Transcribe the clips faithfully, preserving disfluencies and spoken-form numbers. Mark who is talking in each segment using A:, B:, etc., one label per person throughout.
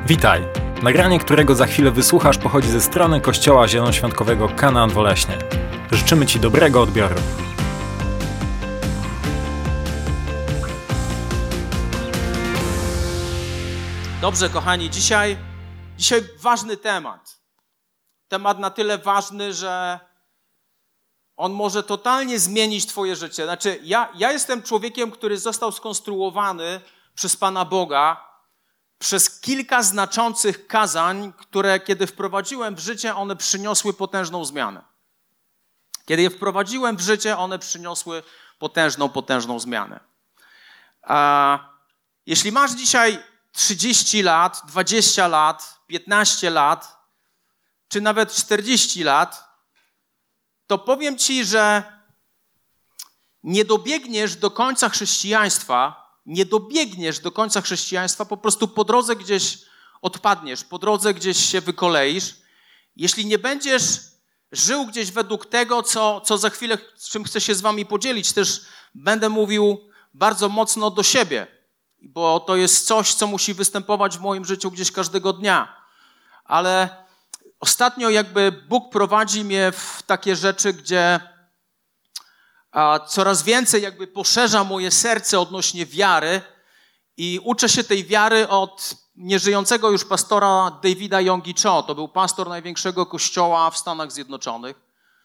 A: Witaj! Nagranie, którego za chwilę wysłuchasz, pochodzi ze strony Kościoła Zielonoświątkowego Kanaan w Oleśnie. Życzymy Ci dobrego odbioru.
B: Dobrze, kochani, dzisiaj, dzisiaj ważny temat. Temat na tyle ważny, że on może totalnie zmienić Twoje życie. Znaczy, ja, ja jestem człowiekiem, który został skonstruowany przez Pana Boga przez kilka znaczących kazań, które kiedy wprowadziłem w życie, one przyniosły potężną zmianę. Kiedy je wprowadziłem w życie, one przyniosły potężną, potężną zmianę. A jeśli masz dzisiaj trzydzieści lat, dwadzieścia lat, piętnaście lat, czy nawet czterdzieści lat, to powiem Ci, że nie dobiegniesz do końca chrześcijaństwa, nie dobiegniesz do końca chrześcijaństwa, po prostu po drodze gdzieś odpadniesz, po drodze gdzieś się wykoleisz, jeśli nie będziesz żył gdzieś według tego, co, co za chwilę, z czym chcę się z wami podzielić. Też będę mówił bardzo mocno do siebie, bo to jest coś, co musi występować w moim życiu gdzieś każdego dnia. Ale ostatnio jakby Bóg prowadzi mnie w takie rzeczy, gdzie a, coraz więcej jakby poszerza moje serce odnośnie wiary i uczę się tej wiary od nieżyjącego już pastora Davida Yonggi Cho. To był pastor największego kościoła w Stanach Zjednoczonych.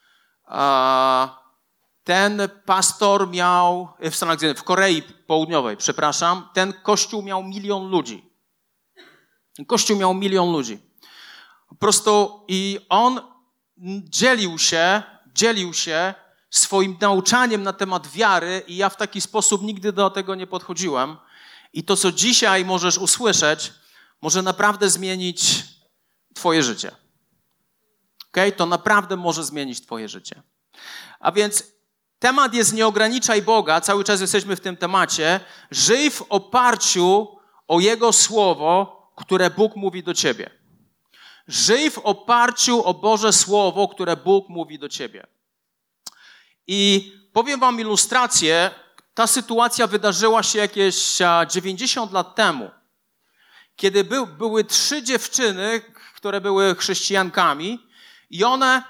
B: A, ten pastor miał, w Stanach Zjednoczonych, w Korei Południowej, przepraszam, ten kościół miał milion ludzi. Ten kościół miał milion ludzi. Po prostu i on dzielił się, dzielił się swoim nauczaniem na temat wiary i ja w taki sposób nigdy do tego nie podchodziłem. I to, co dzisiaj możesz usłyszeć, może naprawdę zmienić twoje życie. Okay? To naprawdę może zmienić twoje życie. A więc temat jest nie ograniczaj Boga, cały czas jesteśmy w tym temacie. Żyj w oparciu o Jego Słowo, które Bóg mówi do ciebie. Żyj w oparciu o Boże Słowo, które Bóg mówi do ciebie. I powiem wam ilustrację. Ta sytuacja wydarzyła się jakieś dziewięćdziesiąt lat temu, kiedy by, były trzy dziewczyny, które były chrześcijankami i one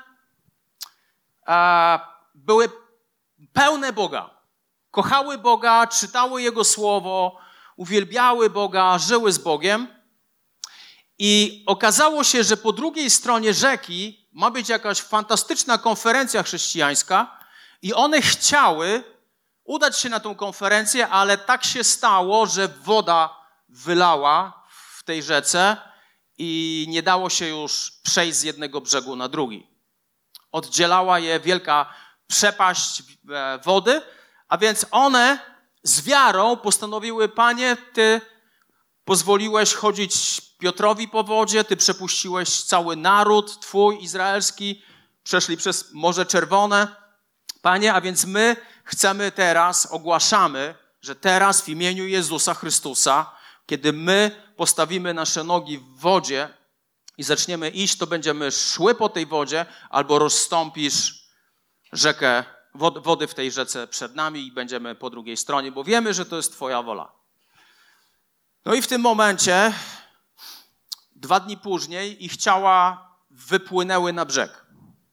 B: a, były pełne Boga. Kochały Boga, czytały Jego Słowo, uwielbiały Boga, żyły z Bogiem. I okazało się, że po drugiej stronie rzeki ma być jakaś fantastyczna konferencja chrześcijańska i one chciały udać się na tą konferencję, ale tak się stało, że woda wylała w tej rzece i nie dało się już przejść z jednego brzegu na drugi. Oddzielała je wielka przepaść wody, a więc one z wiarą postanowiły: Panie, Ty pozwoliłeś chodzić Piotrowi po wodzie, Ty przepuściłeś cały naród Twój izraelski, przeszli przez Morze Czerwone. Panie, a więc my chcemy teraz, ogłaszamy, że teraz w imieniu Jezusa Chrystusa, kiedy my postawimy nasze nogi w wodzie i zaczniemy iść, to będziemy szły po tej wodzie albo rozstąpisz rzekę, wody w tej rzece przed nami i będziemy po drugiej stronie, bo wiemy, że to jest Twoja wola. No i w tym momencie, dwa dni później, ich ciała wypłynęły na brzeg.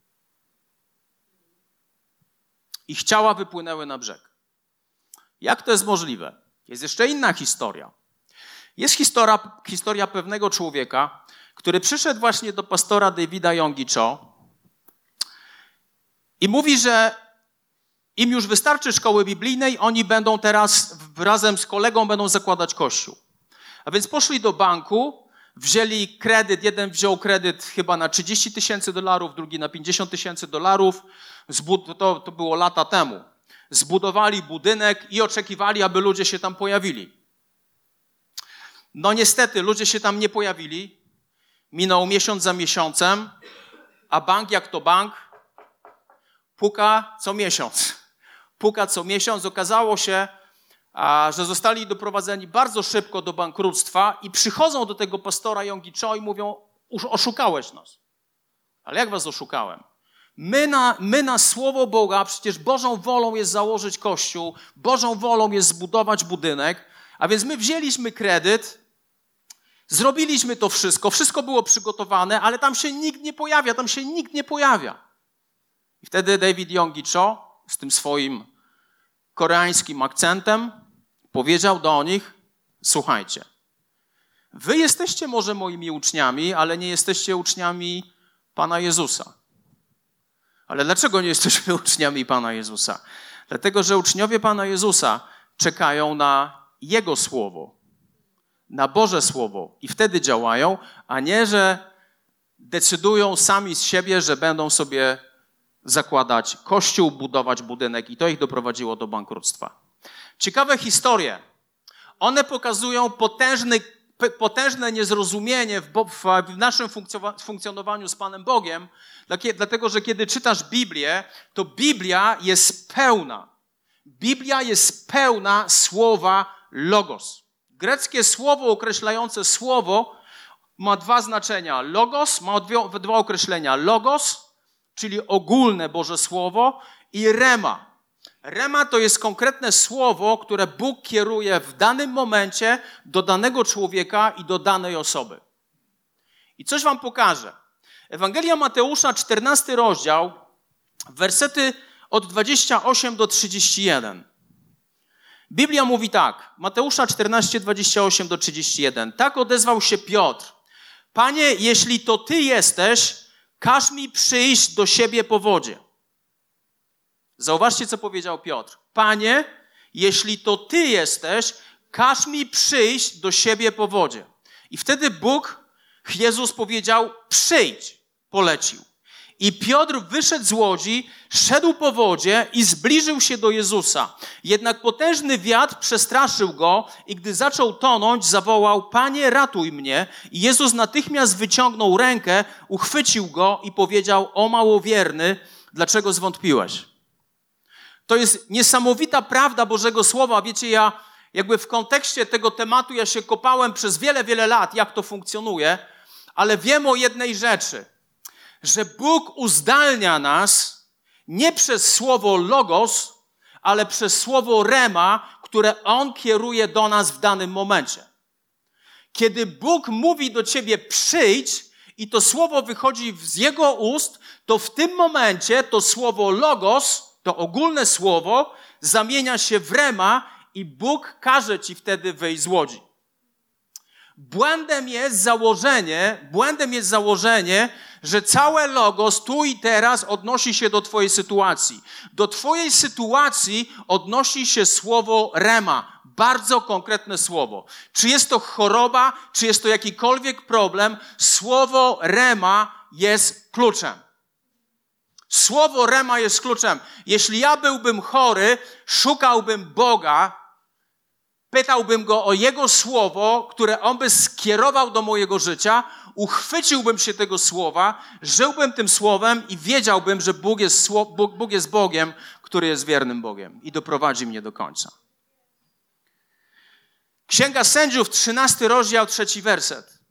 B: Ich ciała wypłynęły na brzeg. Jak to jest możliwe? Jest jeszcze inna historia. Jest historia, historia pewnego człowieka, który przyszedł właśnie do pastora Davida Yonggi Cho i mówi, że im już wystarczy szkoły biblijnej, oni będą teraz razem z kolegą będą zakładać kościół. A więc poszli do banku, wzięli kredyt, jeden wziął kredyt chyba na trzydzieści tysięcy dolarów, drugi na pięćdziesiąt tysięcy dolarów. To, to było lata temu. Zbudowali budynek i oczekiwali, aby ludzie się tam pojawili. No niestety, ludzie się tam nie pojawili. Minął miesiąc za miesiącem, a bank jak to bank puka co miesiąc. Puka co miesiąc. Okazało się, a, że zostali doprowadzeni bardzo szybko do bankructwa i przychodzą do tego pastora Yonggi Cho i mówią: oszukałeś nas. Ale jak was oszukałem? My na, my na Słowo Boga, przecież Bożą wolą jest założyć kościół, Bożą wolą jest zbudować budynek, a więc my wzięliśmy kredyt, Zrobiliśmy to wszystko, wszystko było przygotowane, ale tam się nikt nie pojawia, tam się nikt nie pojawia. I wtedy David Yonggi Cho z tym swoim koreańskim akcentem powiedział do nich, słuchajcie, wy jesteście może moimi uczniami, ale nie jesteście uczniami Pana Jezusa. Ale dlaczego nie jesteśmy uczniami Pana Jezusa? Dlatego, że uczniowie Pana Jezusa czekają na Jego Słowo, na Boże Słowo i wtedy działają, a nie, że decydują sami z siebie, że będą sobie zakładać kościół, budować budynek i to ich doprowadziło do bankructwa. Ciekawe historie. One pokazują potężny, potężne niezrozumienie w, w naszym funkcjonowaniu z Panem Bogiem, dlatego, że kiedy czytasz Biblię, to Biblia jest pełna. Biblia jest pełna słowa logos. Greckie słowo określające słowo ma dwa znaczenia. Logos ma dwie, dwa określenia. Logos, czyli ogólne Boże Słowo, i rema. Rema to jest konkretne słowo, które Bóg kieruje w danym momencie do danego człowieka i do danej osoby. I coś wam pokażę. Ewangelia Mateusza, czternasty rozdział, wersety od dwudziestego ósmego do trzydziestego pierwszego. Biblia mówi tak, Mateusza czternaście, dwadzieścia osiem do trzydziestu jeden. Tak odezwał się Piotr. Panie, jeśli to Ty jesteś, każ mi przyjść do siebie po wodzie. Zauważcie, co powiedział Piotr. Panie, jeśli to Ty jesteś, każ mi przyjść do siebie po wodzie. I wtedy Bóg, Jezus powiedział, przyjdź, polecił. I Piotr wyszedł z łodzi, szedł po wodzie i zbliżył się do Jezusa. Jednak potężny wiatr przestraszył go i gdy zaczął tonąć, zawołał, Panie, ratuj mnie. I Jezus natychmiast wyciągnął rękę, uchwycił go i powiedział, o małowierny, dlaczego zwątpiłeś? To jest niesamowita prawda Bożego Słowa. Wiecie, ja jakby w kontekście tego tematu ja się kopałem przez wiele, wiele lat, jak to funkcjonuje, ale wiem o jednej rzeczy, że Bóg uzdalnia nas nie przez słowo logos, ale przez słowo rema, które On kieruje do nas w danym momencie. Kiedy Bóg mówi do ciebie przyjdź i to słowo wychodzi z Jego ust, to w tym momencie to słowo logos, to ogólne słowo, zamienia się w rema i Bóg każe ci wtedy wyjść z łodzi. Błędem jest założenie, błędem jest założenie, że całe logos tu i teraz odnosi się do twojej sytuacji. Do twojej sytuacji odnosi się słowo rema, bardzo konkretne słowo. Czy jest to choroba, czy jest to jakikolwiek problem, słowo rema jest kluczem. Słowo rema jest kluczem. Jeśli ja byłbym chory, szukałbym Boga, pytałbym Go o Jego słowo, które On by skierował do mojego życia, uchwyciłbym się tego słowa, żyłbym tym słowem i wiedziałbym, że Bóg jest, Bóg, Bóg jest Bogiem, który jest wiernym Bogiem i doprowadzi mnie do końca. Księga Sędziów, trzynasty rozdział, trzeci werset.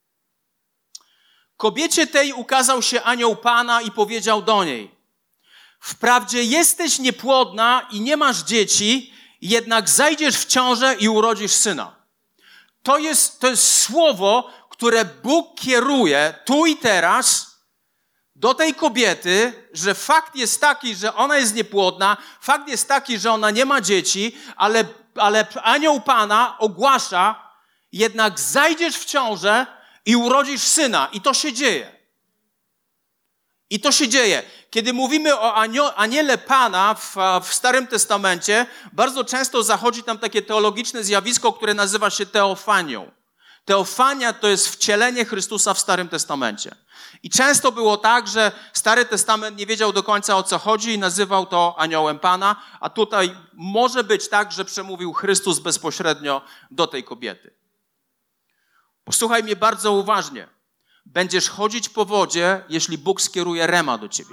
B: Kobiecie tej ukazał się anioł Pana i powiedział do niej, wprawdzie jesteś niepłodna i nie masz dzieci, jednak zajdziesz w ciążę i urodzisz syna. To jest, to jest słowo, które Bóg kieruje tu i teraz do tej kobiety, że fakt jest taki, że ona jest niepłodna, fakt jest taki, że ona nie ma dzieci, ale, ale anioł Pana ogłasza, jednak zajdziesz w ciążę i urodzisz syna. I to się dzieje. I to się dzieje. Kiedy mówimy o anio, aniele Pana w, w Starym Testamencie, bardzo często zachodzi tam takie teologiczne zjawisko, które nazywa się teofanią. Teofania to jest wcielenie Chrystusa w Starym Testamencie. I często było tak, że Stary Testament nie wiedział do końca, o co chodzi i nazywał to aniołem Pana, a tutaj może być tak, że przemówił Chrystus bezpośrednio do tej kobiety. Posłuchaj mnie bardzo uważnie. Będziesz chodzić po wodzie, jeśli Bóg skieruje rema do ciebie.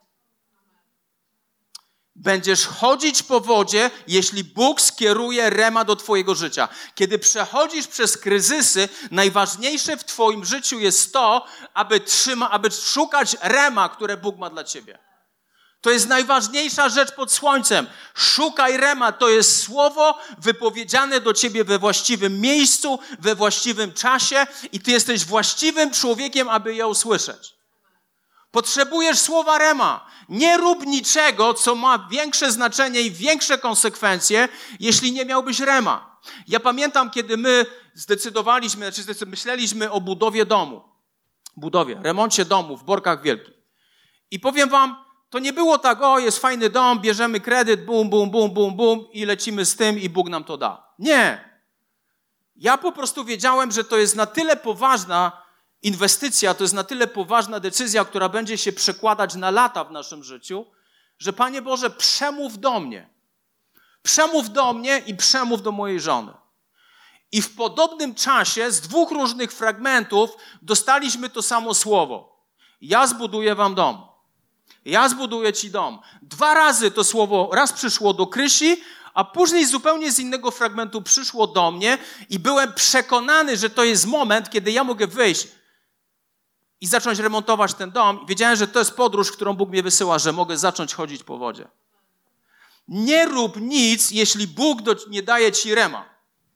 B: Będziesz chodzić po wodzie, jeśli Bóg skieruje rema do twojego życia. Kiedy przechodzisz przez kryzysy, najważniejsze w twoim życiu jest to, aby, trzyma, aby szukać rema, które Bóg ma dla ciebie. To jest najważniejsza rzecz pod słońcem. Szukaj rema. To jest słowo wypowiedziane do ciebie we właściwym miejscu, we właściwym czasie i ty jesteś właściwym człowiekiem, aby je usłyszeć. Potrzebujesz słowa rema. Nie rób niczego, co ma większe znaczenie i większe konsekwencje, jeśli nie miałbyś rema. Ja pamiętam, kiedy my zdecydowaliśmy, znaczy myśleliśmy o budowie domu. Budowie, remoncie domu w Borkach Wielkich. I powiem wam, to nie było tak, o jest fajny dom, bierzemy kredyt, bum, bum, bum, bum, bum i lecimy z tym i Bóg nam to da. Nie. Ja po prostu wiedziałem, że to jest na tyle poważna inwestycja, to jest na tyle poważna decyzja, która będzie się przekładać na lata w naszym życiu, że Panie Boże, przemów do mnie. Przemów do mnie i przemów do mojej żony. I w podobnym czasie z dwóch różnych fragmentów dostaliśmy to samo słowo. Ja zbuduję wam dom. Ja zbuduję ci dom. Dwa razy to słowo, raz przyszło do Krysi, a później zupełnie z innego fragmentu przyszło do mnie i byłem przekonany, że to jest moment, kiedy ja mogę wyjść i zacząć remontować ten dom. I wiedziałem, że to jest podróż, którą Bóg mnie wysyła, że mogę zacząć chodzić po wodzie. Nie rób nic, jeśli Bóg do, nie daje ci rema.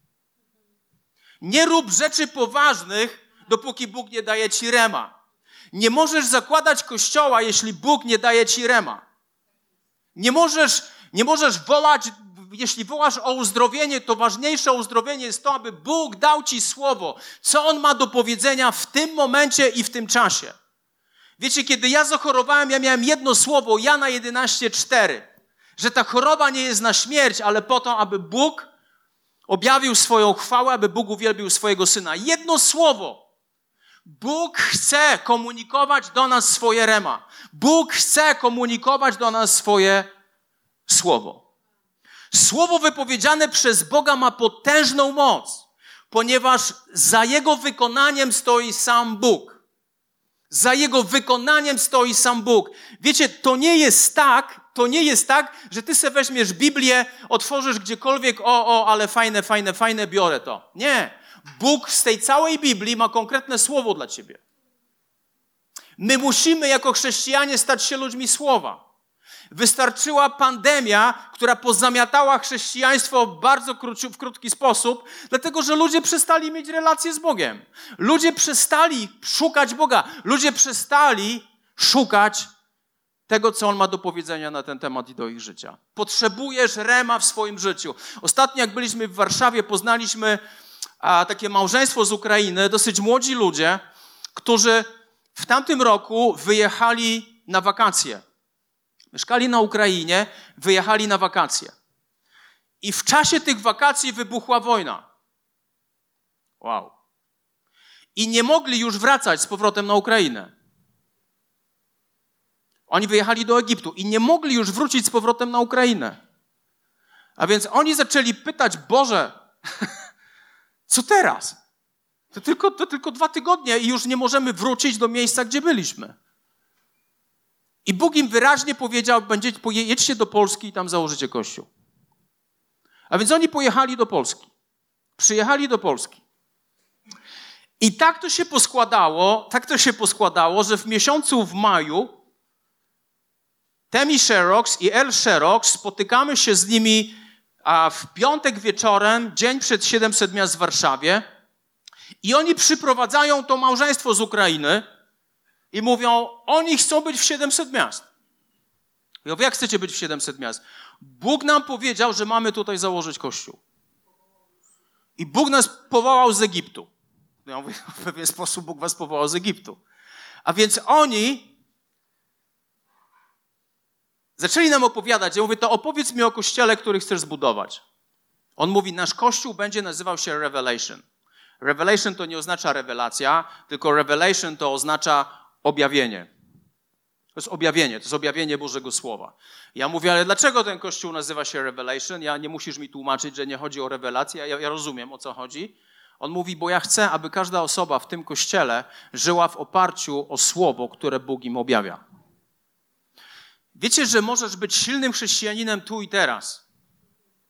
B: Nie rób rzeczy poważnych, dopóki Bóg nie daje ci rema. Nie możesz zakładać kościoła, jeśli Bóg nie daje ci rema. Nie możesz, nie możesz wołać, jeśli wołasz o uzdrowienie, to ważniejsze uzdrowienie jest to, aby Bóg dał ci słowo, co On ma do powiedzenia w tym momencie i w tym czasie. Wiecie, kiedy ja zachorowałem, ja miałem jedno słowo, Jana jedenaście cztery, że ta choroba nie jest na śmierć, ale po to, aby Bóg objawił swoją chwałę, aby Bóg uwielbił swojego Syna. Jedno słowo. Bóg chce komunikować do nas swoje rema. Bóg chce komunikować do nas swoje słowo. Słowo wypowiedziane przez Boga ma potężną moc, ponieważ za Jego wykonaniem stoi sam Bóg. Za Jego wykonaniem stoi sam Bóg. Wiecie, to nie jest tak, to nie jest tak, że ty sobie weźmiesz Biblię, otworzysz gdziekolwiek, o, o, ale fajne, fajne, fajne, biorę to. Nie. Bóg z tej całej Biblii ma konkretne słowo dla ciebie. My musimy jako chrześcijanie stać się ludźmi słowa. Wystarczyła pandemia, która pozamiatała chrześcijaństwo w bardzo krótki, w krótki sposób, dlatego że ludzie przestali mieć relacje z Bogiem. Ludzie przestali szukać Boga. Ludzie przestali szukać tego, co On ma do powiedzenia na ten temat i do ich życia. Potrzebujesz rema w swoim życiu. Ostatnio, jak byliśmy w Warszawie, poznaliśmy a, takie małżeństwo z Ukrainy, dosyć młodzi ludzie, którzy w tamtym roku wyjechali na wakacje. Mieszkali na Ukrainie, wyjechali na wakacje. I w czasie tych wakacji wybuchła wojna. Wow. I nie mogli już wracać z powrotem na Ukrainę. Oni wyjechali do Egiptu i nie mogli już wrócić z powrotem na Ukrainę. A więc oni zaczęli pytać, Boże, co teraz? To tylko, to tylko dwa tygodnie i już nie możemy wrócić do miejsca, gdzie byliśmy. I Bóg im wyraźnie powiedział, będziecie, jedźcie do Polski i tam założycie kościół. A więc oni pojechali do Polski. Przyjechali do Polski. I tak to się poskładało, tak to się poskładało, że w miesiącu w maju Temi Sherox i El Sherox spotykamy się z nimi a w piątek wieczorem, dzień przed siedemset miast w Warszawie i oni przyprowadzają to małżeństwo z Ukrainy i mówią, oni chcą być w siedemset miast. Ja mówię, jak chcecie być w siedemset miast? Bóg nam powiedział, że mamy tutaj założyć kościół. I Bóg nas powołał z Egiptu. Ja mówię, w pewien sposób Bóg was powołał z Egiptu. A więc oni zaczęli nam opowiadać. Ja mówię, to opowiedz mi o kościele, który chcesz zbudować. On mówi, nasz kościół będzie nazywał się Revelation. Revelation to nie oznacza rewelacja, tylko Revelation to oznacza objawienie. To jest objawienie, to jest objawienie Bożego Słowa. Ja mówię, ale dlaczego ten kościół nazywa się Revelation? Ja nie musisz mi tłumaczyć, że nie chodzi o rewelację, ja, ja rozumiem, o co chodzi. On mówi, bo ja chcę, aby każda osoba w tym kościele żyła w oparciu o Słowo, które Bóg im objawia. Wiecie, że możesz być silnym chrześcijaninem tu i teraz.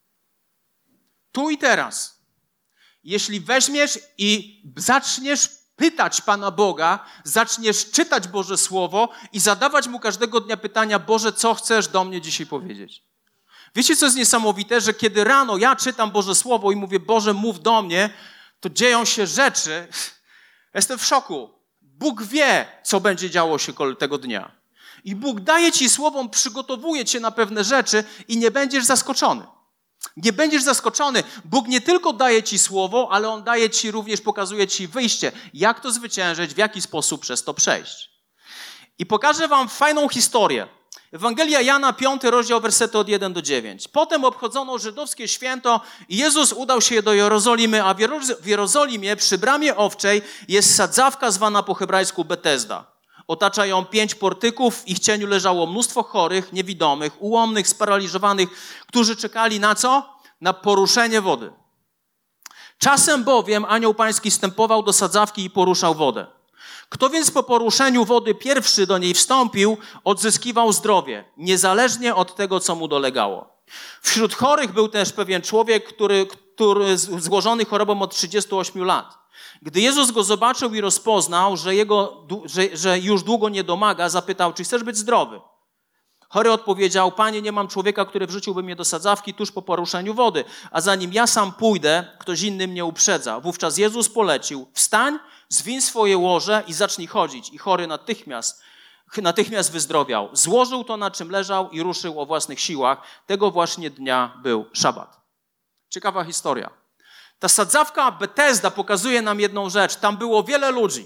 B: Tu i teraz. Jeśli weźmiesz i zaczniesz pytać Pana Boga, zaczniesz czytać Boże Słowo i zadawać Mu każdego dnia pytania: Boże, co chcesz do mnie dzisiaj powiedzieć? Wiecie, co jest niesamowite? Że kiedy rano ja czytam Boże Słowo i mówię: Boże, mów do mnie, to dzieją się rzeczy. Jestem w szoku. Bóg wie, co będzie działo się tego dnia. I Bóg daje ci słowo, On przygotowuje cię na pewne rzeczy i nie będziesz zaskoczony. Nie będziesz zaskoczony. Bóg nie tylko daje ci słowo, ale On daje ci również, pokazuje ci wyjście. Jak to zwyciężyć, w jaki sposób przez to przejść. I pokażę wam fajną historię. Ewangelia Jana, piąty rozdział, wersety od pierwszego do dziewiątego. Potem obchodzono żydowskie święto i Jezus udał się do Jerozolimy, a w Jerozolimie przy bramie owczej jest sadzawka zwana po hebrajsku Betesda. Otacza ją pięć portyków, w ich cieniu leżało mnóstwo chorych, niewidomych, ułomnych, sparaliżowanych, którzy czekali na co? Na poruszenie wody. Czasem bowiem anioł pański wstępował do sadzawki i poruszał wodę. Kto więc po poruszeniu wody pierwszy do niej wstąpił, odzyskiwał zdrowie, niezależnie od tego, co mu dolegało. Wśród chorych był też pewien człowiek, który, który złożony chorobą od trzydziestu ośmiu lat. Gdy Jezus go zobaczył i rozpoznał, że, jego, że, że już długo nie domaga, zapytał: czy chcesz być zdrowy? Chory odpowiedział: Panie, nie mam człowieka, który wrzuciłby mnie do sadzawki tuż po poruszeniu wody, a zanim ja sam pójdę, ktoś inny mnie uprzedza. Wówczas Jezus polecił: wstań, zwiń swoje łoże i zacznij chodzić. I chory natychmiast, natychmiast wyzdrowiał. Złożył to, na czym leżał i ruszył o własnych siłach. Tego właśnie dnia był szabat. Ciekawa historia. Ta sadzawka Betesda pokazuje nam jedną rzecz. Tam było wiele ludzi.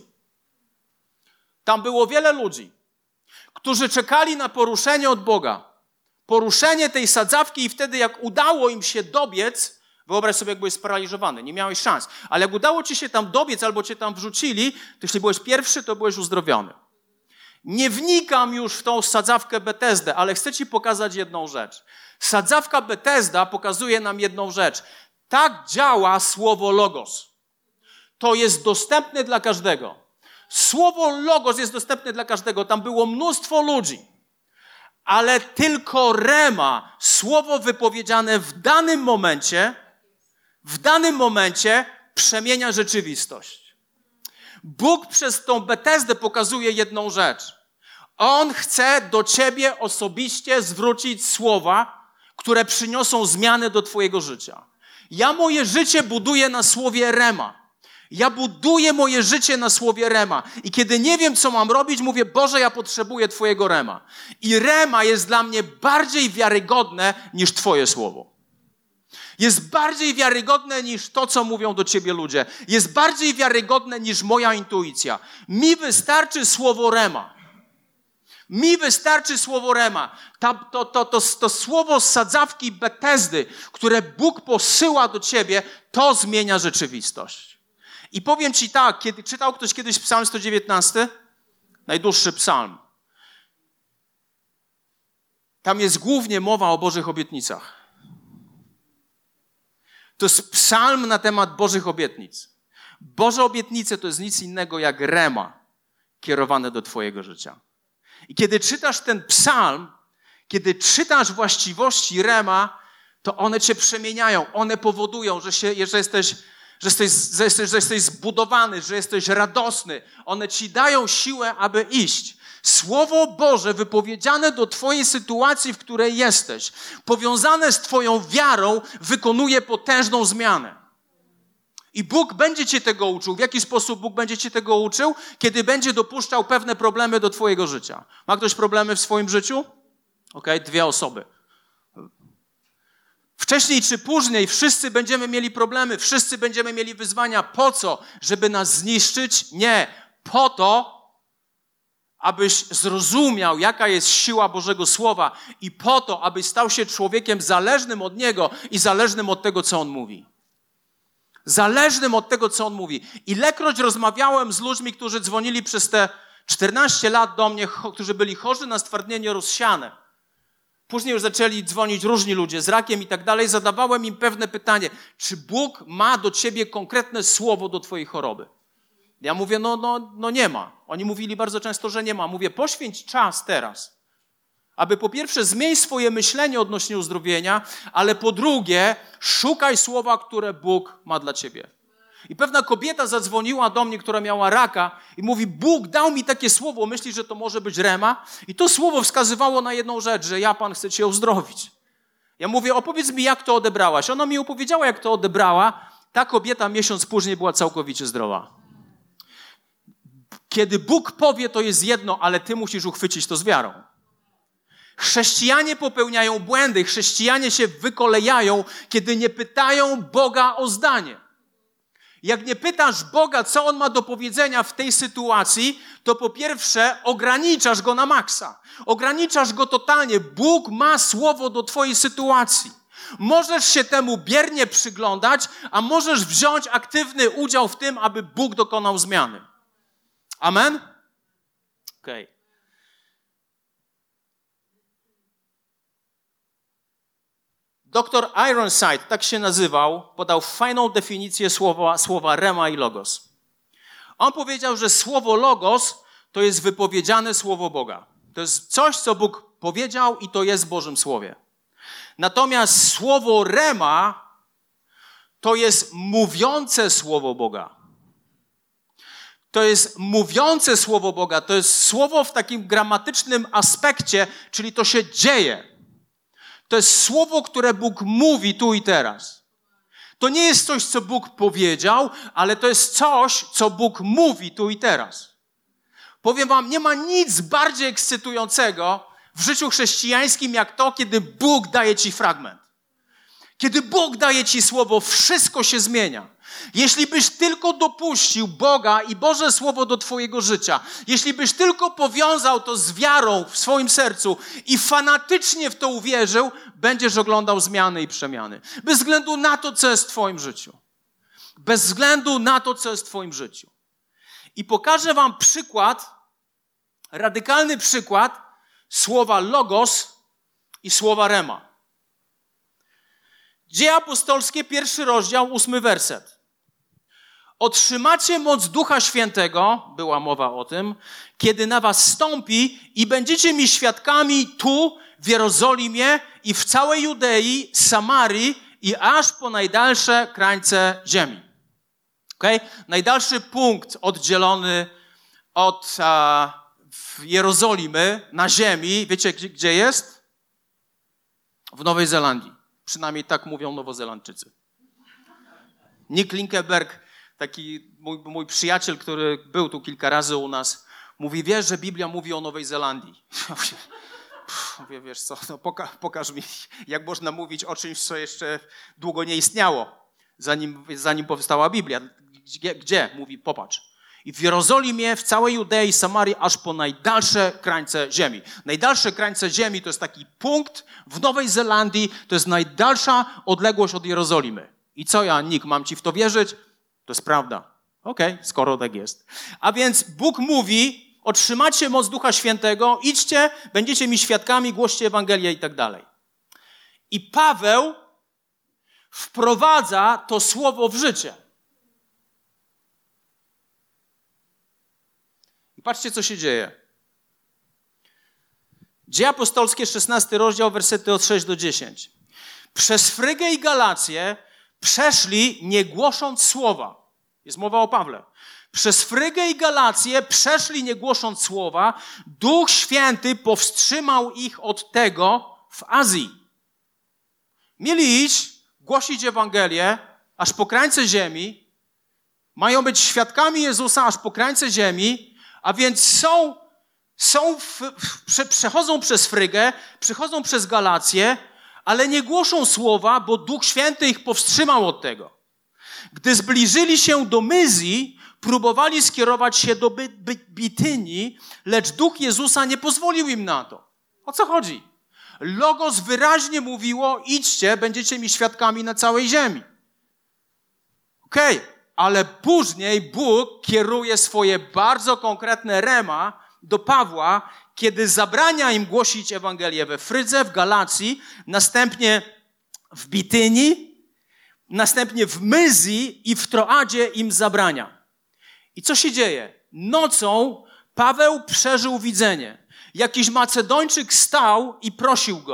B: Tam było wiele ludzi, którzy czekali na poruszenie od Boga. Poruszenie tej sadzawki i wtedy jak udało im się dobiec, wyobraź sobie, jak byłeś sparaliżowany, nie miałeś szans, ale jak udało ci się tam dobiec albo cię tam wrzucili, to jeśli byłeś pierwszy, to byłeś uzdrowiony. Nie wnikam już w tą sadzawkę Betesdę, ale chcę ci pokazać jedną rzecz. Sadzawka Betesda pokazuje nam jedną rzecz. Tak działa słowo Logos. To jest dostępne dla każdego. Słowo Logos jest dostępne dla każdego. Tam było mnóstwo ludzi. Ale tylko rema, słowo wypowiedziane w danym momencie, w danym momencie przemienia rzeczywistość. Bóg przez tą Betesdę pokazuje jedną rzecz. On chce do ciebie osobiście zwrócić słowa, które przyniosą zmiany do twojego życia. Ja moje życie buduję na słowie rema. Ja buduję moje życie na słowie rema. I kiedy nie wiem, co mam robić, mówię: Boże, ja potrzebuję twojego rema. I rema jest dla mnie bardziej wiarygodne niż twoje słowo. Jest bardziej wiarygodne niż to, co mówią do ciebie ludzie. Jest bardziej wiarygodne niż moja intuicja. Mi wystarczy słowo rema. Mi wystarczy słowo rema. To, to, to, to, to słowo z sadzawki Betesdy, które Bóg posyła do ciebie, to zmienia rzeczywistość. I powiem ci tak, kiedy czytał ktoś kiedyś Psalm sto dziewiętnasty? Najdłuższy psalm. Tam jest głównie mowa o Bożych obietnicach. To jest psalm na temat Bożych obietnic. Boże obietnice to jest nic innego jak rema kierowane do twojego życia. I kiedy czytasz ten psalm, kiedy czytasz właściwości rema, to one cię przemieniają. One powodują, że, się, że, jesteś, że, jesteś, że, jesteś, że jesteś zbudowany, że jesteś radosny. One ci dają siłę, aby iść. Słowo Boże wypowiedziane do twojej sytuacji, w której jesteś, powiązane z twoją wiarą, wykonuje potężną zmianę. I Bóg będzie cię tego uczył. W jaki sposób Bóg będzie cię tego uczył? Kiedy będzie dopuszczał pewne problemy do twojego życia. Ma ktoś problemy w swoim życiu? Okej, okay, dwie osoby. Wcześniej czy później wszyscy będziemy mieli problemy, wszyscy będziemy mieli wyzwania. Po co? Żeby nas zniszczyć? Nie. Po to, abyś zrozumiał, jaka jest siła Bożego Słowa i po to, abyś stał się człowiekiem zależnym od Niego i zależnym od tego, co On mówi. Zależnym od tego, co On mówi. Ilekroć rozmawiałem z ludźmi, którzy dzwonili przez te czternaście lat do mnie, którzy byli chorzy na stwardnienie rozsiane. Później już zaczęli dzwonić różni ludzie z rakiem i tak dalej. Zadawałem im pewne pytanie. Czy Bóg ma do ciebie konkretne słowo do twojej choroby? Ja mówię, no, no, no nie ma. Oni mówili bardzo często, że nie ma. Mówię, poświęć czas teraz, aby po pierwsze zmień swoje myślenie odnośnie uzdrowienia, ale po drugie szukaj słowa, które Bóg ma dla ciebie. I pewna kobieta zadzwoniła do mnie, która miała raka i mówi, Bóg dał mi takie słowo, myśli, że to może być rema? I to słowo wskazywało na jedną rzecz, że ja, Pan, chcę cię uzdrowić. Ja mówię, opowiedz mi, jak to odebrałaś. Ona mi opowiedziała, jak to odebrała. Ta kobieta miesiąc później była całkowicie zdrowa. Kiedy Bóg powie, to jest jedno, ale ty musisz uchwycić to z wiarą. Chrześcijanie popełniają błędy, chrześcijanie się wykolejają, kiedy nie pytają Boga o zdanie. Jak nie pytasz Boga, co On ma do powiedzenia w tej sytuacji, to po pierwsze ograniczasz Go na maksa. Ograniczasz Go totalnie. Bóg ma słowo do twojej sytuacji. Możesz się temu biernie przyglądać, a możesz wziąć aktywny udział w tym, aby Bóg dokonał zmiany. Amen? Okej. Okay. Doktor Ironside, tak się nazywał, podał fajną definicję słowa, słowa rema i logos. On powiedział, że słowo logos to jest wypowiedziane słowo Boga. To jest coś, co Bóg powiedział i to jest w Bożym Słowie. Natomiast słowo rema to jest mówiące słowo Boga. To jest mówiące słowo Boga, to jest słowo w takim gramatycznym aspekcie, czyli to się dzieje. To jest słowo, które Bóg mówi tu i teraz. To nie jest coś, co Bóg powiedział, ale to jest coś, co Bóg mówi tu i teraz. Powiem wam, nie ma nic bardziej ekscytującego w życiu chrześcijańskim, jak to, kiedy Bóg daje ci fragment. Kiedy Bóg daje ci słowo, wszystko się zmienia. Jeśli byś tylko dopuścił Boga i Boże Słowo do twojego życia, jeśli byś tylko powiązał to z wiarą w swoim sercu i fanatycznie w to uwierzył, będziesz oglądał zmiany i przemiany. Bez względu na to, co jest w twoim życiu. Bez względu na to, co jest w twoim życiu. I pokażę wam przykład, radykalny przykład słowa logos i słowa rema. Dzieje apostolskie, pierwszy rozdział, ósmy werset. Otrzymacie moc Ducha Świętego, była mowa o tym, kiedy na was stąpi i będziecie mi świadkami tu, w Jerozolimie i w całej Judei, Samarii i aż po najdalsze krańce ziemi. Okay? Najdalszy punkt oddzielony od a, Jerozolimy na ziemi, wiecie gdzie jest? W Nowej Zelandii. Przynajmniej tak mówią Nowozelandczycy. Nick Linkeberg, taki mój, mój przyjaciel, który był tu kilka razy u nas, mówi, wiesz, że Biblia mówi o Nowej Zelandii. Mówię, wiesz co, no poka- pokaż mi, jak można mówić o czymś, co jeszcze długo nie istniało, zanim, zanim powstała Biblia. Gdzie? Gdzie? Mówi, popatrz. I w Jerozolimie, w całej Judei, Samarii, aż po najdalsze krańce ziemi. Najdalsze krańce ziemi to jest taki punkt w Nowej Zelandii, to jest najdalsza odległość od Jerozolimy. I co ja, Nick, mam ci w to wierzyć? To jest prawda. Okej, okay, skoro tak jest. A więc Bóg mówi, otrzymacie moc Ducha Świętego, idźcie, będziecie mi świadkami, głoście Ewangelię i tak dalej. I Paweł wprowadza to słowo w życie. I patrzcie, co się dzieje. Dzieje apostolskie, szesnasty rozdział, wersety od szóstego do dziesiątego. Przez Frygę i Galację przeszli, nie głosząc słowa. Jest mowa o Pawle. Przez Frygę i Galację przeszli, nie głosząc słowa. Duch Święty powstrzymał ich od tego w Azji. Mieli iść, głosić Ewangelię, aż po krańce ziemi. Mają być świadkami Jezusa, aż po krańce ziemi. A więc są, są w, w, przechodzą przez Frygę, przechodzą przez Galację, ale nie głoszą słowa, bo Duch Święty ich powstrzymał od tego. Gdy zbliżyli się do Myzji, próbowali skierować się do By- By- Bitynii, lecz Duch Jezusa nie pozwolił im na to. O co chodzi? Logos wyraźnie mówiło, idźcie, będziecie mi świadkami na całej ziemi. Okej, okay. Ale później Bóg kieruje swoje bardzo konkretne rema do Pawła, kiedy zabrania im głosić Ewangelię we Frydze, w Galacji, następnie w Bitynii, następnie w Myzji i w Troadzie im zabrania. I co się dzieje? Nocą Paweł przeżył widzenie. Jakiś Macedończyk stał i prosił go.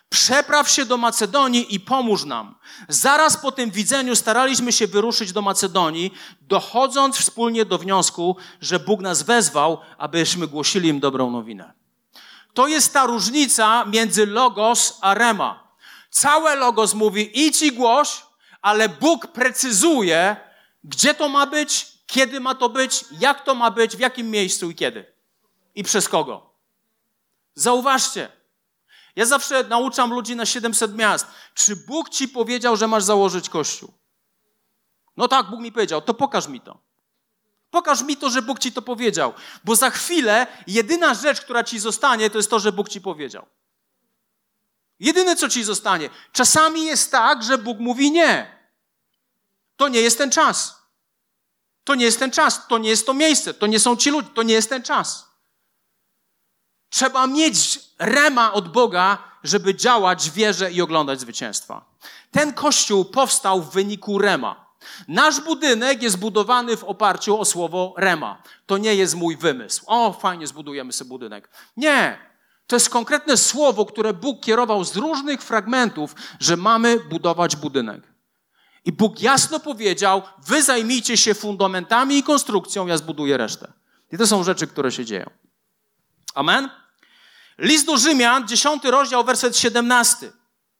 B: Przepraw się do Macedonii i pomóż nam. Zaraz po tym widzeniu staraliśmy się wyruszyć do Macedonii, dochodząc wspólnie do wniosku, że Bóg nas wezwał, abyśmy głosili im dobrą nowinę. To jest ta różnica między logos a rema. Całe logos mówi idź i głoś, ale Bóg precyzuje, gdzie to ma być, kiedy ma to być, jak to ma być, w jakim miejscu i kiedy. I przez kogo. Zauważcie. Ja zawsze nauczam ludzi na siedemset miast. Czy Bóg ci powiedział, że masz założyć kościół? No tak, Bóg mi powiedział. To pokaż mi to. Pokaż mi to, że Bóg ci to powiedział. Bo za chwilę jedyna rzecz, która ci zostanie, to jest to, że Bóg ci powiedział. Jedyne, co ci zostanie. Czasami jest tak, że Bóg mówi nie. To nie jest ten czas. To nie jest ten czas. To nie jest to miejsce. To nie są ci ludzie. To nie jest ten czas. Trzeba mieć rema od Boga, żeby działać w wierze i oglądać zwycięstwa. Ten kościół powstał w wyniku rema. Nasz budynek jest budowany w oparciu o słowo rema. To nie jest mój wymysł. O, fajnie, zbudujemy sobie budynek. Nie. To jest konkretne słowo, które Bóg kierował z różnych fragmentów, że mamy budować budynek. I Bóg jasno powiedział, wy zajmijcie się fundamentami i konstrukcją, ja zbuduję resztę. I to są rzeczy, które się dzieją. Amen? List do Rzymian, dziesiąty rozdział, werset siedemnasty.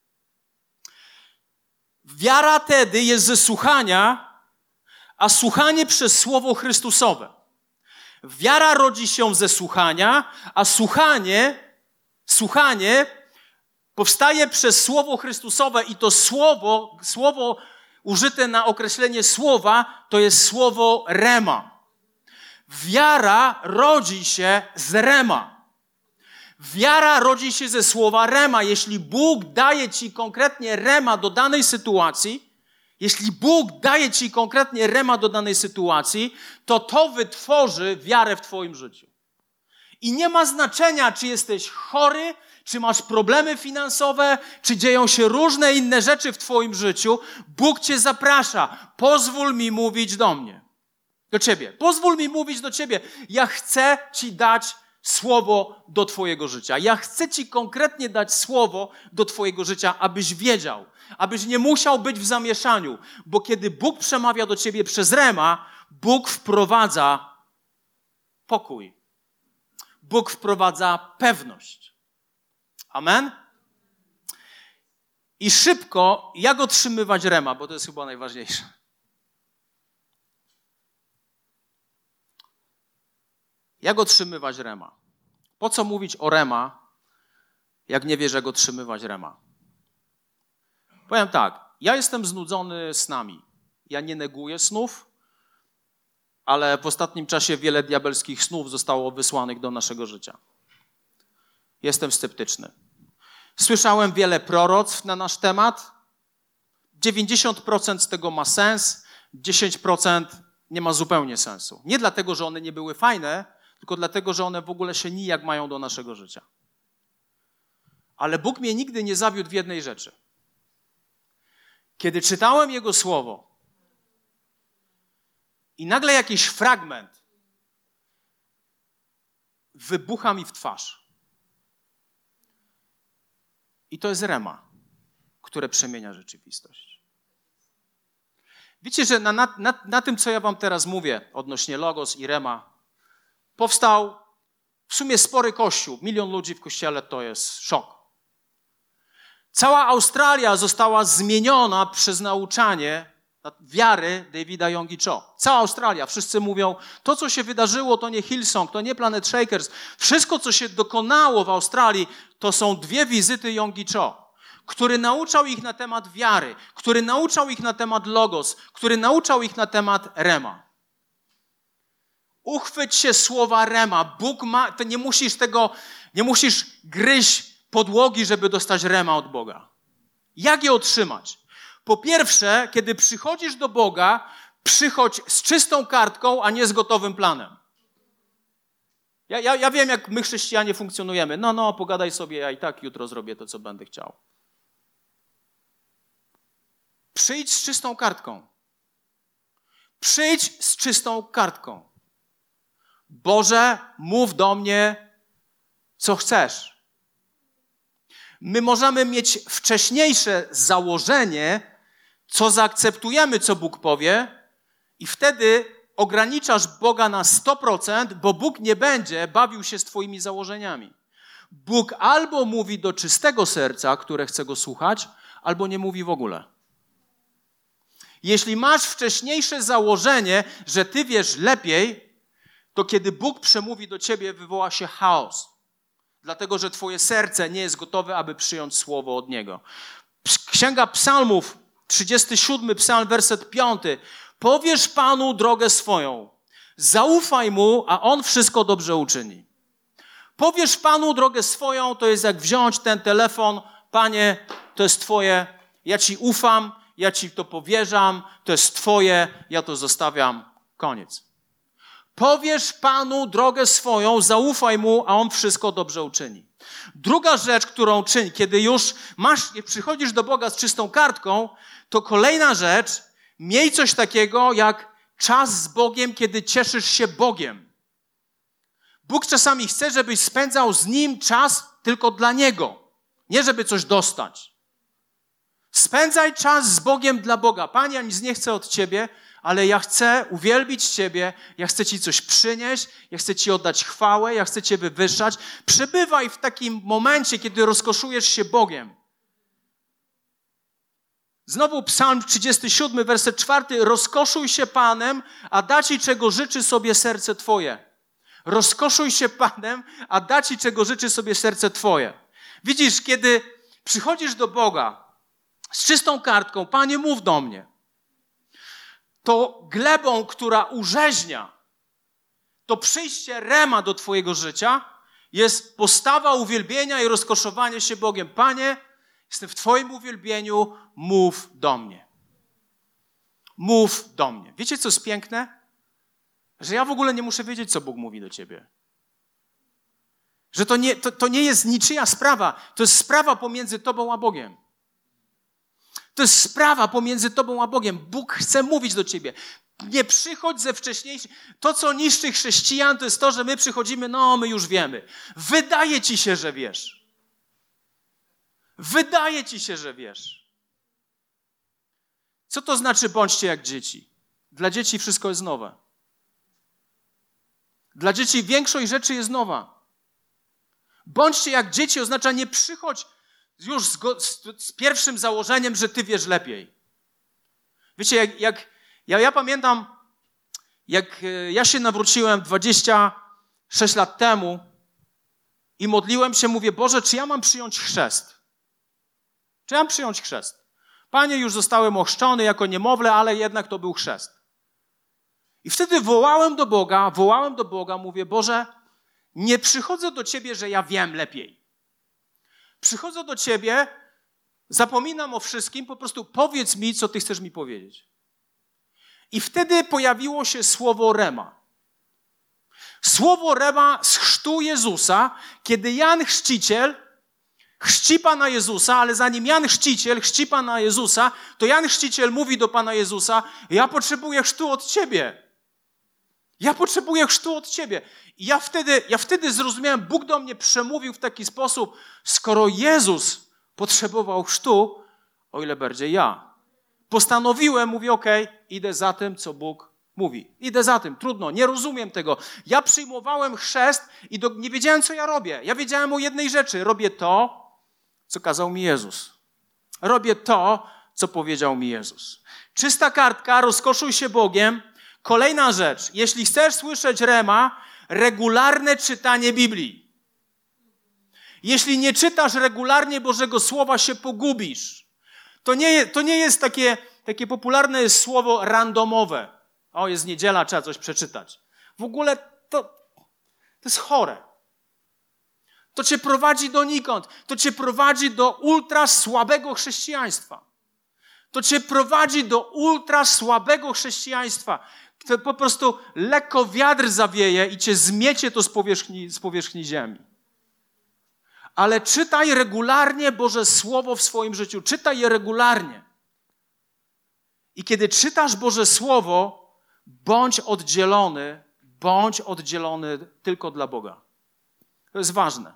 B: Wiara tedy jest ze słuchania, a słuchanie przez słowo Chrystusowe. Wiara rodzi się ze słuchania, a słuchanie, słuchanie powstaje przez słowo Chrystusowe i to słowo, słowo użyte na określenie słowa, to jest słowo rema. Wiara rodzi się z rema. Wiara rodzi się ze słowa rema. Jeśli Bóg daje ci konkretnie rema do danej sytuacji, jeśli Bóg daje ci konkretnie rema do danej sytuacji, to to wytworzy wiarę w twoim życiu. I nie ma znaczenia, czy jesteś chory, czy masz problemy finansowe, czy dzieją się różne inne rzeczy w twoim życiu. Bóg cię zaprasza. Pozwól mi mówić do mnie. Do ciebie. Pozwól mi mówić do ciebie. Ja chcę ci dać słowo do twojego życia. Ja chcę ci konkretnie dać słowo do twojego życia, abyś wiedział, abyś nie musiał być w zamieszaniu, bo kiedy Bóg przemawia do ciebie przez rema, Bóg wprowadza pokój. Bóg wprowadza pewność. Amen? I szybko, jak otrzymywać rema, bo to jest chyba najważniejsze. Jak otrzymywać rema? Po co mówić o rema, jak nie wiesz, jak otrzymywać rema? Powiem tak, ja jestem znudzony snami. Ja nie neguję snów, ale w ostatnim czasie wiele diabelskich snów zostało wysłanych do naszego życia. Jestem sceptyczny. Słyszałem wiele proroctw na nasz temat. dziewięćdziesiąt procent z tego ma sens, dziesięć procent nie ma zupełnie sensu. Nie dlatego, że one nie były fajne, tylko dlatego, że one w ogóle się nijak mają do naszego życia. Ale Bóg mnie nigdy nie zawiódł w jednej rzeczy. Kiedy czytałem Jego Słowo i nagle jakiś fragment wybucha mi w twarz. I to jest rema, które przemienia rzeczywistość. Wiecie, że na, na, na, na tym, co ja wam teraz mówię odnośnie logos i rema, powstał w sumie spory kościół. Milion ludzi w kościele to jest szok. Cała Australia została zmieniona przez nauczanie wiary Davida Yonggi Cho. Cała Australia. Wszyscy mówią, to co się wydarzyło to nie Hillsong, to nie Planet Shakers. Wszystko co się dokonało w Australii to są dwie wizyty Yonggi Cho, który nauczał ich na temat wiary, który nauczał ich na temat logos, który nauczał ich na temat rema. Uchwyć się słowa rema. Bóg ma, to nie musisz tego, nie musisz gryźć podłogi, żeby dostać rema od Boga. Jak je otrzymać? Po pierwsze, kiedy przychodzisz do Boga, przychodź z czystą kartką, a nie z gotowym planem. Ja, ja, ja wiem, jak my chrześcijanie funkcjonujemy. No, no, pogadaj sobie, ja i tak jutro zrobię to, co będę chciał. Przyjdź z czystą kartką. Przyjdź z czystą kartką. Boże, mów do mnie, co chcesz. My możemy mieć wcześniejsze założenie, co zaakceptujemy, co Bóg powie, i wtedy ograniczasz Boga na sto procent, bo Bóg nie będzie bawił się z twoimi założeniami. Bóg albo mówi do czystego serca, które chce go słuchać, albo nie mówi w ogóle. Jeśli masz wcześniejsze założenie, że ty wiesz lepiej, to kiedy Bóg przemówi do ciebie, wywoła się chaos. Dlatego, że twoje serce nie jest gotowe, aby przyjąć słowo od Niego. Księga Psalmów, trzydziesty siódmy psalm, werset piąty. Powiesz Panu drogę swoją, zaufaj Mu, a On wszystko dobrze uczyni. Powiesz Panu drogę swoją, to jest jak wziąć ten telefon, Panie, to jest Twoje, ja Ci ufam, ja Ci to powierzam, to jest Twoje, ja to zostawiam, koniec. Powiesz Panu drogę swoją, zaufaj Mu, a On wszystko dobrze uczyni. Druga rzecz, którą czyń, kiedy już masz, przychodzisz do Boga z czystą kartką, to kolejna rzecz, miej coś takiego jak czas z Bogiem, kiedy cieszysz się Bogiem. Bóg czasami chce, żebyś spędzał z Nim czas tylko dla Niego, nie żeby coś dostać. Spędzaj czas z Bogiem dla Boga. Panie, ja nic nie chcę od Ciebie, ale ja chcę uwielbić Ciebie, ja chcę Ci coś przynieść, ja chcę Ci oddać chwałę, ja chcę Cię wywyższać. Przebywaj w takim momencie, kiedy rozkoszujesz się Bogiem. Znowu Psalm trzydziesty siódmy, werset czwarty. Rozkoszuj się Panem, a da Ci, czego życzy sobie serce Twoje. Rozkoszuj się Panem, a da Ci, czego życzy sobie serce Twoje. Widzisz, kiedy przychodzisz do Boga z czystą kartką, Panie, mów do mnie, to glebą, która urzeźnia, to przyjście rema do Twojego życia jest postawa uwielbienia i rozkoszowanie się Bogiem. Panie, jestem w Twoim uwielbieniu, mów do mnie. Mów do mnie. Wiecie, co jest piękne? Że ja w ogóle nie muszę wiedzieć, co Bóg mówi do ciebie. Że to nie, to, to nie jest niczyja sprawa. To jest sprawa pomiędzy tobą a Bogiem. To jest sprawa pomiędzy tobą a Bogiem. Bóg chce mówić do ciebie. Nie przychodź ze wcześniejszych. To, co niszczy chrześcijan, to jest to, że my przychodzimy, no my już wiemy. Wydaje ci się, że wiesz. Wydaje ci się, że wiesz. Co to znaczy bądźcie jak dzieci? Dla dzieci wszystko jest nowe. Dla dzieci większość rzeczy jest nowa. Bądźcie jak dzieci oznacza nie przychodź już z, go, z, z pierwszym założeniem, że ty wiesz lepiej. Wiecie, jak, jak ja, ja pamiętam, jak ja się nawróciłem dwadzieścia sześć lat temu i modliłem się, mówię, Boże, czy ja mam przyjąć chrzest? Czy ja mam przyjąć chrzest? Panie, już zostałem ochrzczony jako niemowlę, ale jednak to był chrzest. I wtedy wołałem do Boga, wołałem do Boga, mówię, Boże, nie przychodzę do Ciebie, że ja wiem lepiej. Przychodzę do Ciebie, zapominam o wszystkim, po prostu powiedz mi, co Ty chcesz mi powiedzieć. I wtedy pojawiło się słowo rema. Słowo rema z chrztu Jezusa, kiedy Jan Chrzciciel chrzci Pana Jezusa, ale zanim Jan Chrzciciel chrzci Pana Jezusa, to Jan Chrzciciel mówi do Pana Jezusa, ja potrzebuję chrztu od Ciebie. Ja potrzebuję chrztu od Ciebie. I ja wtedy, ja wtedy zrozumiałem, Bóg do mnie przemówił w taki sposób, skoro Jezus potrzebował chrztu, o ile bardziej ja. Postanowiłem, mówię, okej, okay, idę za tym, co Bóg mówi. Idę za tym, trudno, nie rozumiem tego. Ja przyjmowałem chrzest i do, nie wiedziałem, co ja robię. Ja wiedziałem o jednej rzeczy. Robię to, co kazał mi Jezus. Robię to, co powiedział mi Jezus. Czysta kartka, rozkoszuj się Bogiem. Kolejna rzecz. Jeśli chcesz słyszeć rema, regularne czytanie Biblii. Jeśli nie czytasz regularnie Bożego Słowa, się pogubisz. To nie, to nie jest takie, takie popularne jest słowo randomowe. O, jest niedziela, trzeba coś przeczytać. W ogóle to, to jest chore. To cię prowadzi donikąd. To cię prowadzi do ultra słabego chrześcijaństwa. To cię prowadzi do ultra słabego chrześcijaństwa. To po prostu lekko wiatr zawieje i cię zmiecie to z powierzchni, z powierzchni ziemi. Ale czytaj regularnie Boże Słowo w swoim życiu. Czytaj je regularnie. I kiedy czytasz Boże Słowo, bądź oddzielony, bądź oddzielony tylko dla Boga. To jest ważne.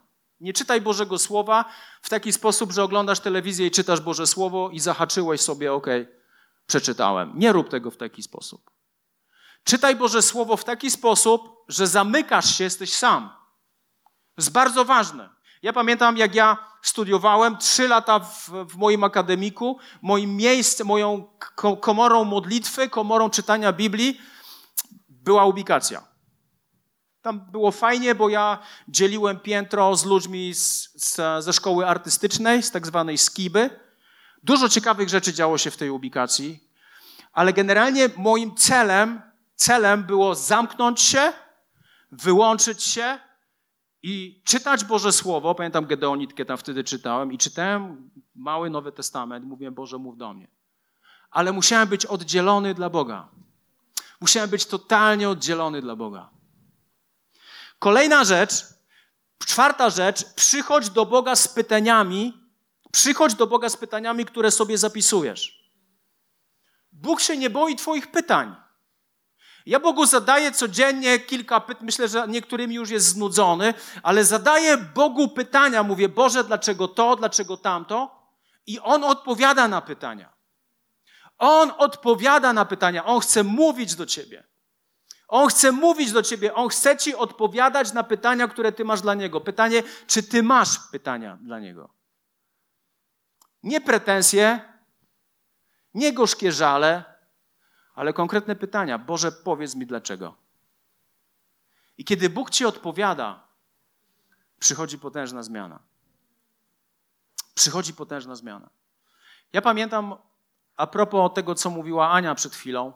B: Nie czytaj Bożego Słowa w taki sposób, że oglądasz telewizję i czytasz Boże Słowo i zahaczyłeś sobie, okej, okay, przeczytałem. Nie rób tego w taki sposób. Czytaj Boże Słowo w taki sposób, że zamykasz się, jesteś sam. To jest bardzo ważne. Ja pamiętam, jak ja studiowałem trzy lata w, w moim akademiku, moim miejscem, moją komorą modlitwy, komorą czytania Biblii była ubikacja. Tam było fajnie, bo ja dzieliłem piętro z ludźmi z, z, ze szkoły artystycznej, z tak zwanej skiby. Dużo ciekawych rzeczy działo się w tej ubikacji, ale generalnie moim celem, celem było zamknąć się, wyłączyć się i czytać Boże Słowo. Pamiętam Gedeonitkę tam wtedy czytałem i czytałem Mały Nowy Testament. Mówiłem, Boże, mów do mnie. Ale musiałem być oddzielony dla Boga. Musiałem być totalnie oddzielony dla Boga. Kolejna rzecz, czwarta rzecz, przychodź do Boga z pytaniami, przychodź do Boga z pytaniami, które sobie zapisujesz. Bóg się nie boi twoich pytań. Ja Bogu zadaję codziennie kilka pytań, myślę, że niektórymi już jest znudzony, ale zadaję Bogu pytania, mówię, Boże, dlaczego to, dlaczego tamto? I On odpowiada na pytania. On odpowiada na pytania, On chce mówić do ciebie. On chce mówić do ciebie, On chce ci odpowiadać na pytania, które ty masz dla Niego. Pytanie, czy ty masz pytania dla Niego? Nie pretensje, nie gorzkie żale, ale konkretne pytania. Boże, powiedz mi dlaczego. I kiedy Bóg ci odpowiada, przychodzi potężna zmiana. Przychodzi potężna zmiana. Ja pamiętam, a propos tego, co mówiła Ania przed chwilą,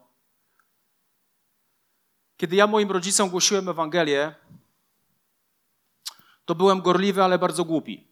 B: kiedy ja moim rodzicom głosiłem Ewangelię, to byłem gorliwy, ale bardzo głupi.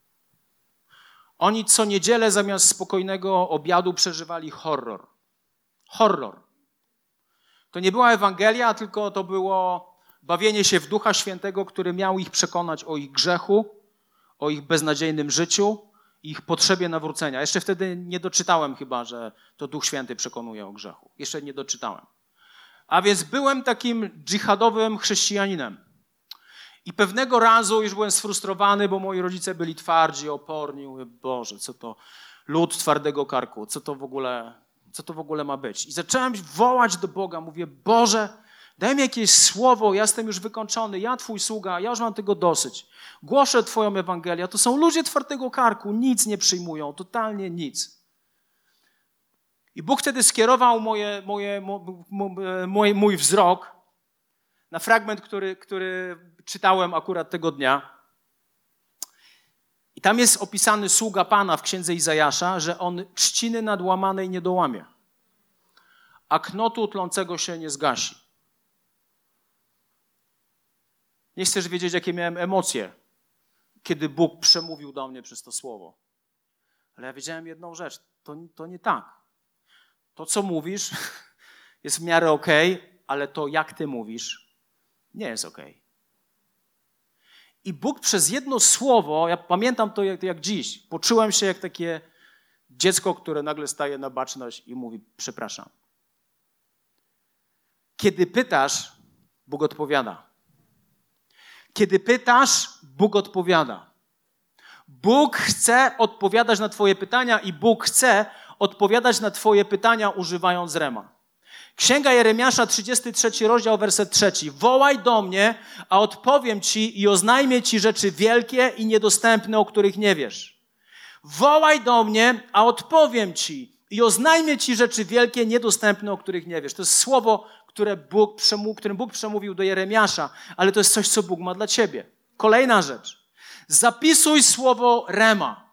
B: Oni co niedzielę zamiast spokojnego obiadu przeżywali horror. Horror. To nie była Ewangelia, tylko to było bawienie się w Ducha Świętego, który miał ich przekonać o ich grzechu, o ich beznadziejnym życiu i ich potrzebie nawrócenia. Jeszcze wtedy nie doczytałem chyba, że to Duch Święty przekonuje o grzechu. Jeszcze nie doczytałem. A więc byłem takim dżihadowym chrześcijaninem. I pewnego razu już byłem sfrustrowany, bo moi rodzice byli twardzi, oporni. Mówię, Boże, co to lud twardego karku, co to w ogóle, co to w ogóle ma być? I zacząłem wołać do Boga, mówię, Boże, daj mi jakieś słowo, ja jestem już wykończony, ja Twój sługa, ja już mam tego dosyć. Głoszę Twoją Ewangelię, to są ludzie twardego karku, nic nie przyjmują, totalnie nic. I Bóg wtedy skierował moje, moje, moje, mój wzrok na fragment, który, który czytałem akurat tego dnia. I tam jest opisany sługa Pana w księdze Izajasza, że on trzciny nadłamanej nie dołamie, a knotu tlącego się nie zgasi. Nie chcesz wiedzieć, jakie miałem emocje, kiedy Bóg przemówił do mnie przez to słowo. Ale ja wiedziałem jedną rzecz, to, to nie tak. To, co mówisz, jest w miarę okej, okay, ale to, jak ty mówisz, nie jest okej. Okay. I Bóg przez jedno słowo, ja pamiętam to jak, jak dziś, poczułem się jak takie dziecko, które nagle staje na baczność i mówi, przepraszam. Kiedy pytasz, Bóg odpowiada. Kiedy pytasz, Bóg odpowiada. Bóg chce odpowiadać na twoje pytania i Bóg chce odpowiadać na twoje pytania używając rema. Księga Jeremiasza, trzydziesty trzeci rozdział, werset trzeci. Wołaj do mnie, a odpowiem ci i oznajmię ci rzeczy wielkie i niedostępne, o których nie wiesz. Wołaj do mnie, a odpowiem ci i oznajmię ci rzeczy wielkie, niedostępne, o których nie wiesz. To jest słowo, które Bóg przemówił, którym Bóg przemówił do Jeremiasza, ale to jest coś, co Bóg ma dla ciebie. Kolejna rzecz. Zapisuj słowo rema.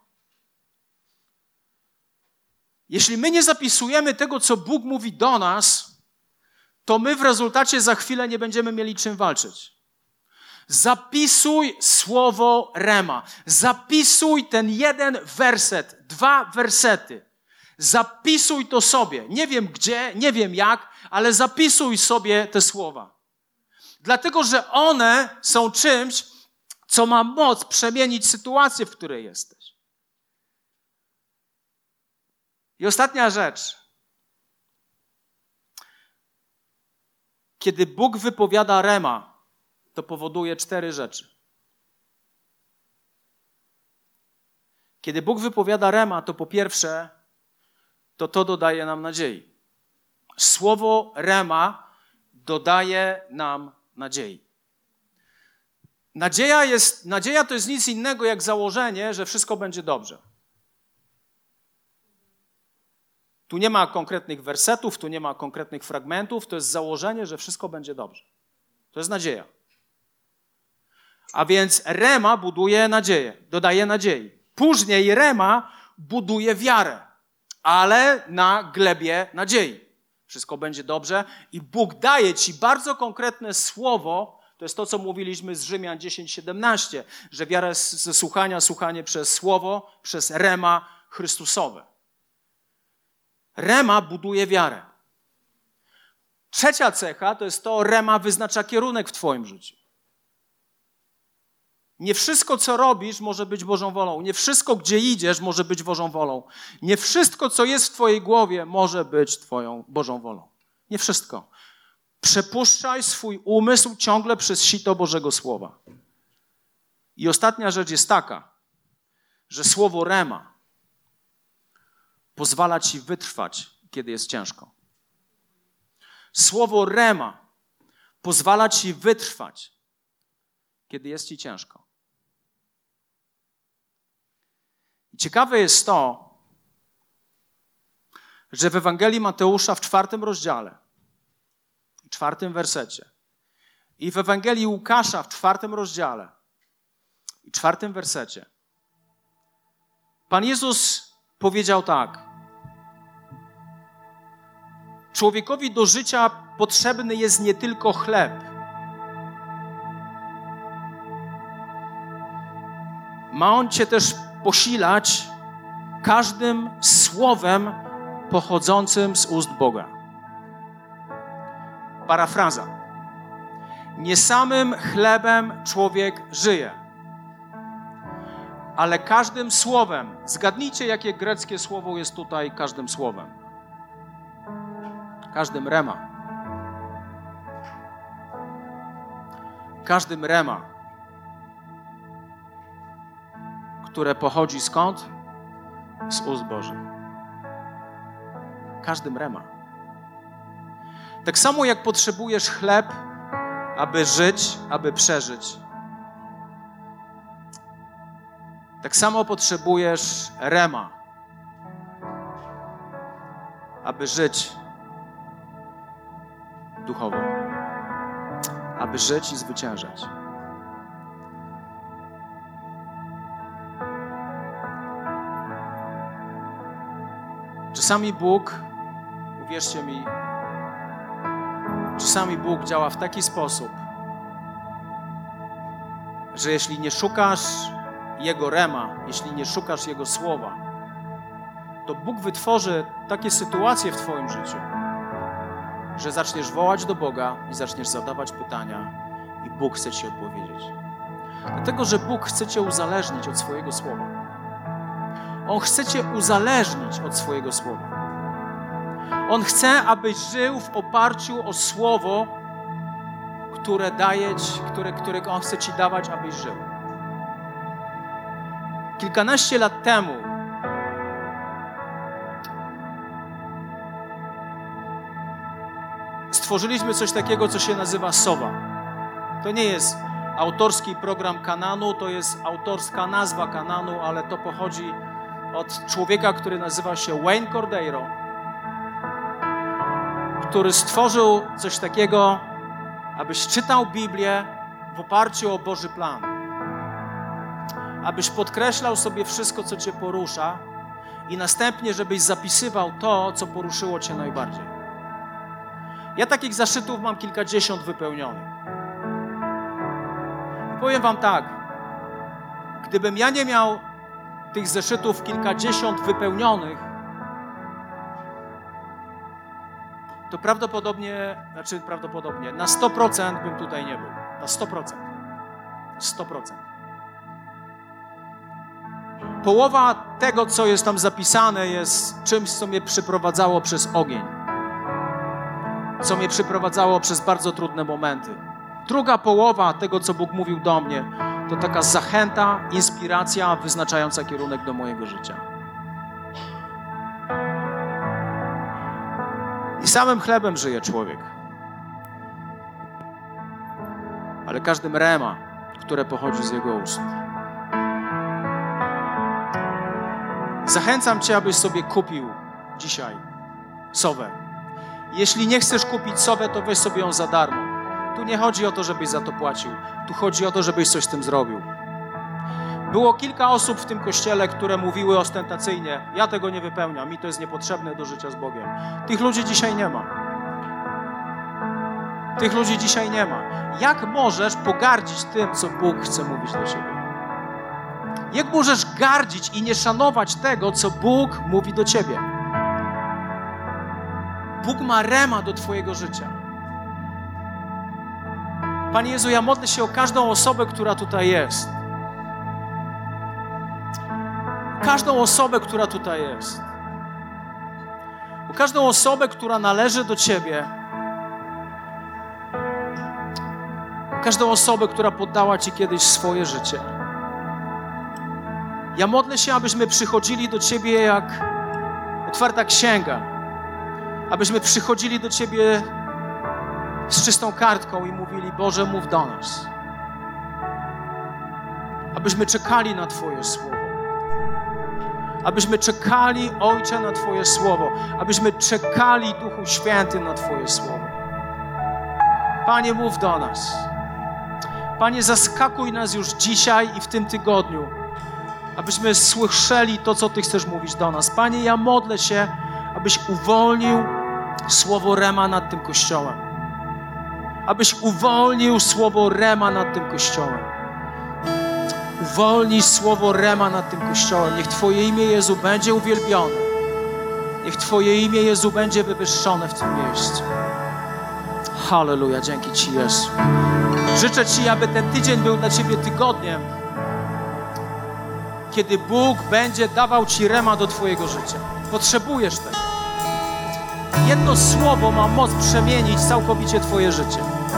B: Jeśli my nie zapisujemy tego, co Bóg mówi do nas, to my w rezultacie za chwilę nie będziemy mieli czym walczyć. Zapisuj słowo rema. Zapisuj ten jeden werset, dwa wersety. Zapisuj to sobie. Nie wiem gdzie, nie wiem jak, ale zapisuj sobie te słowa. Dlatego, że one są czymś, co ma moc przemienić sytuację, w której jesteś. I ostatnia rzecz. Kiedy Bóg wypowiada rema, to powoduje cztery rzeczy. Kiedy Bóg wypowiada rema, to po pierwsze, to to dodaje nam nadziei. Słowo rema dodaje nam nadziei. Nadzieja, jest, nadzieja to jest nic innego jak założenie, że wszystko będzie dobrze. Tu nie ma konkretnych wersetów, tu nie ma konkretnych fragmentów, to jest założenie, że wszystko będzie dobrze. To jest nadzieja. A więc rema buduje nadzieję, dodaje nadziei. Później rema buduje wiarę, ale na glebie nadziei. Wszystko będzie dobrze i Bóg daje ci bardzo konkretne słowo. To jest to, co mówiliśmy z Rzymian dziesięć siedemnaście, że wiara jest ze słuchania, słuchanie przez słowo, przez rema Chrystusowe. Rema buduje wiarę. Trzecia cecha to jest to, rema wyznacza kierunek w twoim życiu. Nie wszystko, co robisz, może być Bożą wolą. Nie wszystko, gdzie idziesz, może być Bożą wolą. Nie wszystko, co jest w twojej głowie, może być twoją Bożą wolą. Nie wszystko. Przepuszczaj swój umysł ciągle przez sito Bożego Słowa. I ostatnia rzecz jest taka, że słowo rema pozwala ci wytrwać, kiedy jest ciężko. Słowo rema pozwala ci wytrwać, kiedy jest ci ciężko. I ciekawe jest to, że w Ewangelii Mateusza w czwartym rozdziale, w czwartym wersecie i w Ewangelii Łukasza w czwartym rozdziale i czwartym wersecie Pan Jezus powiedział tak: człowiekowi do życia potrzebny jest nie tylko chleb, ma on cię też posilać każdym słowem pochodzącym z ust Boga. Parafraza. Nie samym chlebem człowiek żyje, ale każdym słowem. Zgadnijcie, jakie greckie słowo jest tutaj każdym słowem. Każdym rema. Każdym rema, które pochodzi skąd? Z ust Bożych. Każdym rema. Tak samo jak potrzebujesz chleb, aby żyć, aby przeżyć, tak samo potrzebujesz rema, aby żyć duchowo, aby żyć i zwyciężać. Czasami Bóg, uwierzcie mi, czasami Bóg działa w taki sposób, że jeśli nie szukasz Jego rema, jeśli nie szukasz Jego słowa, to Bóg wytworzy takie sytuacje w twoim życiu, że zaczniesz wołać do Boga i zaczniesz zadawać pytania i Bóg chce ci odpowiedzieć. Dlatego, że Bóg chce cię uzależnić od swojego słowa. On chce cię uzależnić od swojego słowa. On chce, abyś żył w oparciu o słowo, które daje ci, które, które On chce ci dawać, abyś żył. Kilkanaście lat temu stworzyliśmy coś takiego, co się nazywa Sowa. To nie jest autorski program Kananu, to jest autorska nazwa Kananu, ale to pochodzi od człowieka, który nazywa się Wayne Cordeiro, który stworzył coś takiego, abyś czytał Biblię w oparciu o Boży plan. Abyś podkreślał sobie wszystko, co cię porusza i następnie, żebyś zapisywał to, co poruszyło cię najbardziej. Ja takich zaszytów mam kilkadziesiąt wypełnionych. I powiem wam tak, gdybym ja nie miał tych zeszytów kilkadziesiąt wypełnionych, to prawdopodobnie, znaczy prawdopodobnie, na sto procent bym tutaj nie był. Na sto procent. sto procent. Połowa tego, co jest tam zapisane, jest czymś, co mnie przyprowadzało przez ogień. Co mnie przyprowadzało przez bardzo trudne momenty. Druga połowa tego, co Bóg mówił do mnie, to taka zachęta, inspiracja wyznaczająca kierunek do mojego życia. I samym chlebem żyje człowiek. Ale każdym rema, które pochodzi z jego ust. Zachęcam Cię, abyś sobie kupił dzisiaj sowę. Jeśli nie chcesz kupić sowę, to weź sobie ją za darmo. Tu nie chodzi o to, żebyś za to płacił. Tu chodzi o to, żebyś coś z tym zrobił. Było kilka osób w tym kościele, które mówiły ostentacyjnie: ja tego nie wypełniam, mi to jest niepotrzebne do życia z Bogiem. Tych ludzi dzisiaj nie ma. Tych ludzi dzisiaj nie ma. Jak możesz pogardzić tym, co Bóg chce mówić do Ciebie? Jak możesz gardzić i nie szanować tego, co Bóg mówi do Ciebie? Bóg ma rema do Twojego życia. Panie Jezu, ja modlę się o każdą osobę, która tutaj jest. Każdą osobę, która tutaj jest. O każdą osobę, która należy do Ciebie. O każdą osobę, która poddała Ci kiedyś swoje życie. Ja modlę się, abyśmy przychodzili do Ciebie jak otwarta księga. Abyśmy przychodzili do Ciebie z czystą kartką i mówili: Boże, mów do nas. Abyśmy czekali na Twoje słowo. Abyśmy czekali, Ojcze, na Twoje słowo. Abyśmy czekali, Duchu Święty, na Twoje słowo. Panie, mów do nas. Panie, zaskakuj nas już dzisiaj i w tym tygodniu, abyśmy słyszeli to, co Ty chcesz mówić do nas. Panie, ja modlę się, abyś uwolnił słowo rema nad tym Kościołem. Abyś uwolnił słowo rema nad tym Kościołem. Uwolnij słowo rema nad tym Kościołem. Niech Twoje imię, Jezu, będzie uwielbione. Niech Twoje imię, Jezu, będzie wywyższone w tym miejscu. Halleluja, dzięki Ci, Jezu. Życzę Ci, aby ten tydzień był dla Ciebie tygodniem, kiedy Bóg będzie dawał Ci rema do Twojego życia. Potrzebujesz tego. Jedno słowo ma moc przemienić całkowicie Twoje życie.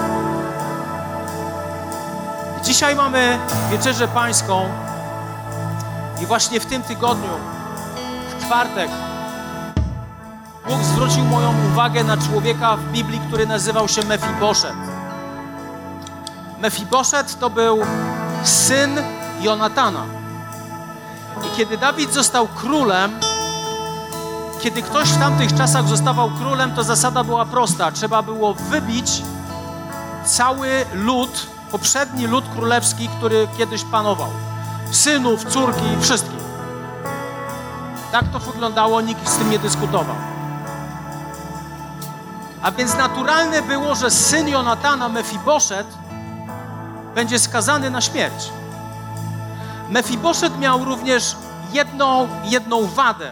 B: Dzisiaj mamy Wieczerzę Pańską i właśnie w tym tygodniu, w czwartek, Bóg zwrócił moją uwagę na człowieka w Biblii, który nazywał się Mefiboszet. Mefiboszet to był syn Jonatana. I kiedy Dawid został królem, kiedy ktoś w tamtych czasach zostawał królem, to zasada była prosta. Trzeba było wybić cały lud, poprzedni lud królewski, który kiedyś panował. Synów, córki, wszystkich. Tak to wyglądało, nikt z tym nie dyskutował. A więc naturalne było, że syn Jonatana, Mefiboszet, będzie skazany na śmierć. Mefiboszet miał również jedną, jedną wadę.